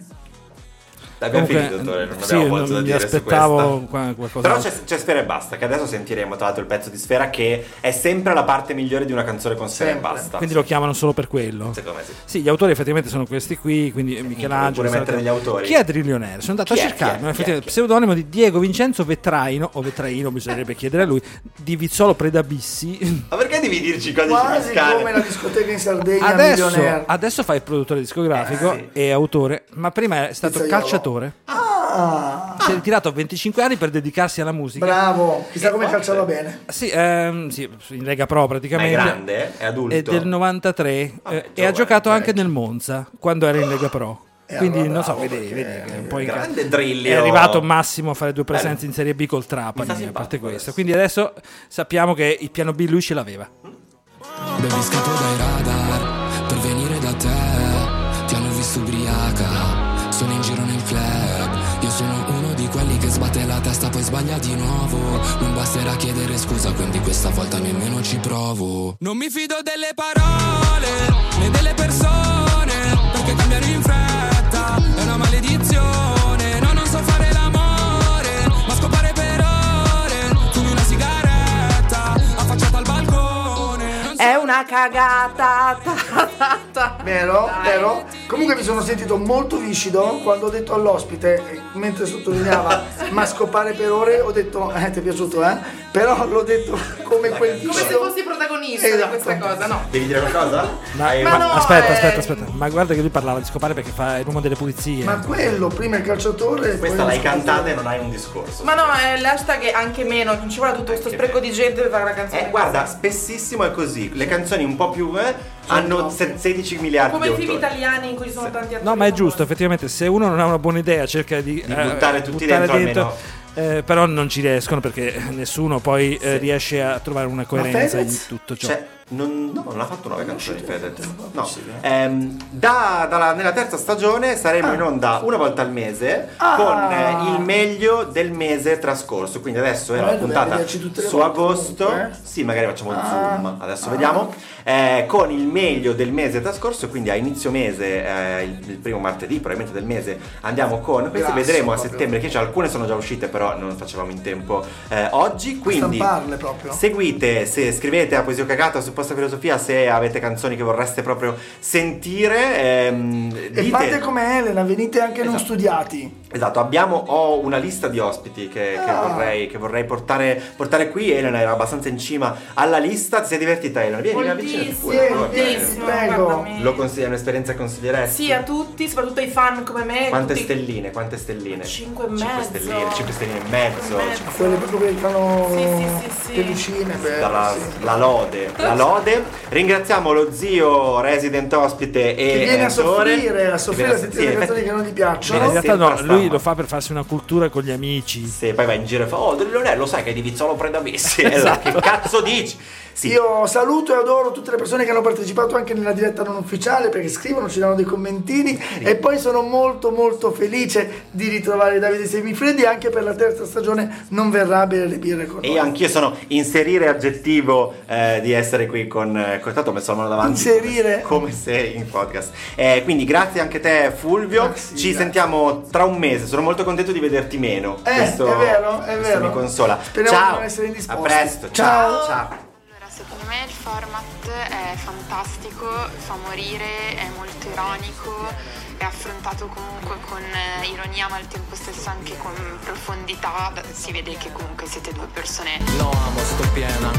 Abbiamo Comunque, finito, dottore, non sì, abbiamo molto non da mi dire su aspettavo questa. qua- qualcosa. Però c'è, c'è Sfera e Basta, che adesso sentiremo tra l'altro il pezzo di Sfera, che è sempre la parte migliore di una canzone con Sfera Sempre. e Basta. Quindi lo chiamano solo per quello. Secondo me sì. Sì, gli autori effettivamente sono questi qui, quindi Michelangelo. pure mettere Sartre. gli autori. Chi è Drillionaire? Sono andato Chi a è? cercare, Chi è? no, Chi è? effettivamente, Chi è? pseudonimo di Diego Vincenzo Vetraino, o Vetraino bisognerebbe chiedere a lui, di Vizzolo Predabissi. Ma perché devi dirci codici Quasi fiscali? come la discoteca in Sardegna, Adesso, Millionaire. adesso fa il produttore discografico Eh, sì. e autore, ma prima è stato Pizzaiolo. calciatore. Ah, Si è ritirato a venticinque anni per dedicarsi alla musica. bravo, chissà come forte. calciava bene. Sì, ehm, sì, in Lega Pro Ma è praticamente. grande? È adulto? È del novantatré Vabbè, eh, e ha giovane, giocato anche vecchio. nel Monza quando era in Lega Pro. Eh, Quindi allora non so, bravo, vedi, perché vedi che è un po' in grande ca- Drillio. È arrivato Massimo a fare due presenze Bello. in Serie B col Mi sta Trapani, a parte simpatico questo. adesso. Quindi adesso sappiamo che il piano B lui ce l'aveva. Baby scappo dai radar per venire da te. Ti hanno visto ubriaca, sono in giro nel club. Io sono uno di quelli che sbatte la testa poi sbaglia di nuovo. Non basterà chiedere scusa, quindi questa volta nemmeno ci provo. Non mi fido delle parole né delle persone, perché cambiano in fretta, è una maledizione. No, non so fare l'amore, ma scopare per ore. Fumi una sigaretta, affacciata al balcone. Non so- È una cagata. ta, ta, ta. Vero, Dai. vero. Comunque mi sono sentito molto viscido quando ho detto all'ospite, eh, mentre sottolineava ma scopare per ore, ho detto eh ti è piaciuto eh? Però l'ho detto come quel viscido. Come se fossi protagonista Esatto. di questa cosa, no? Devi dire qualcosa? Ma, Hai- Ma ma- no, aspetta, eh. aspetta, aspetta. Ma guarda che lui parlava di scopare perché fa l'uomo delle pulizie. Ma quello, prima il calciatore e Questa poi l'hai lo cantata scopare. e non hai un discorso. Ma no, è l'hashtag è anche meno, non ci vuole tutto questo spreco di gente per fare la canzone. Eh, guarda, spessissimo è così. Le canzoni un po' più eh, hanno se- sedici miliardi come di i film autori. italiani in cui ci sono tanti attori. No, ma è giusto, famosi. effettivamente, se uno non ha una buona idea cerca di, Di buttare tutti dentro almeno. eh, però non ci riescono perché nessuno poi eh, riesce a trovare una coerenza in Fedez? tutto ciò. Cioè, non, no, non ha fatto nuove canzoni Fedez. No. Ehm, da, dalla- nella terza stagione saremo in onda una volta al mese Ah. con eh, il meglio del mese trascorso. Quindi adesso è Vabbè, una dobbiamo puntata vederci tutte le su volte agosto. comunque, eh? Sì, magari facciamo il Ah. zoom. Adesso vediamo. Eh, con il meglio del mese trascorso, quindi a inizio mese, eh, il, il primo martedì probabilmente del mese, andiamo con queste. Grasso, Vedremo a proprio. settembre, che cioè, alcune sono già uscite, però non facevamo in tempo eh, oggi. Quindi stamparle proprio. seguite, se scrivete a Poesia Cagata su Posta Filosofia se avete canzoni che vorreste proprio sentire. ehm, E dite- fate come Elena, venite anche non Esatto. studiati. Esatto, abbiamo, ho una lista di ospiti che, che Ah. vorrei, che vorrei portare, portare qui. Elena era abbastanza in cima alla lista. Ti sei divertita, Elena? Vieni, vieni, avvicinati pure. Vieni, Guarda, vieni, Bellissimo, prego. guardami. Lo consigli, è un'esperienza che consiglieresti? Sì, a tutti, soprattutto ai fan come me. Quante tutti- stelline? Quante stelline? Cinque e Cinque mezzo. stelline, cinque stelline e mezzo. Cinque e mezzo. Quelle proprio che fanno Sì, sì, sì, sì. pellicine, beh, Dalla, sì. la lode, la lode. Ringraziamo lo zio resident ospite e Che viene a autore. soffrire, a Che soffrire viene a sentire le sì, canzoni che non gli In piacciono. Viene realtà no, sempre a lui stampa. lo fa per farsi una cultura con gli amici. Se poi va in giro e fa: oh, Drillionaire, lo sai che è di Vizzolo Predabissi? Esatto. Che cazzo dici? Sì. Io saluto e adoro tutte le persone che hanno partecipato anche nella diretta non ufficiale, perché scrivono, ci danno dei commentini, e poi sono molto molto felice di ritrovare Davide Semifreddi. Anche per la terza stagione non verrà a bere le birre con E noi. io anch'io sono inserire aggettivo eh, di essere qui con, eh, con tanto ho messo la mano davanti Inserire? come se in podcast. Eh, quindi grazie anche a te Fulvio. Ah, sì, Ci grazie. sentiamo tra un mese. Sono molto contento di vederti meno. Eh, questo, è vero, è questo vero. mi consola. Speriamo Ciao. di non essere indisposti. A presto. Ciao. Ciao. Ciao. Allora, secondo me il format è fantastico, fa morire, è molto ironico, è affrontato comunque con eh, ironia ma al tempo stesso anche con profondità. Si vede che comunque siete due persone. Lo amo, sto piena.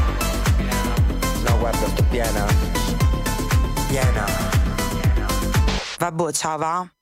No, guarda, sto piena. Piena. Vabbè, ciao, va?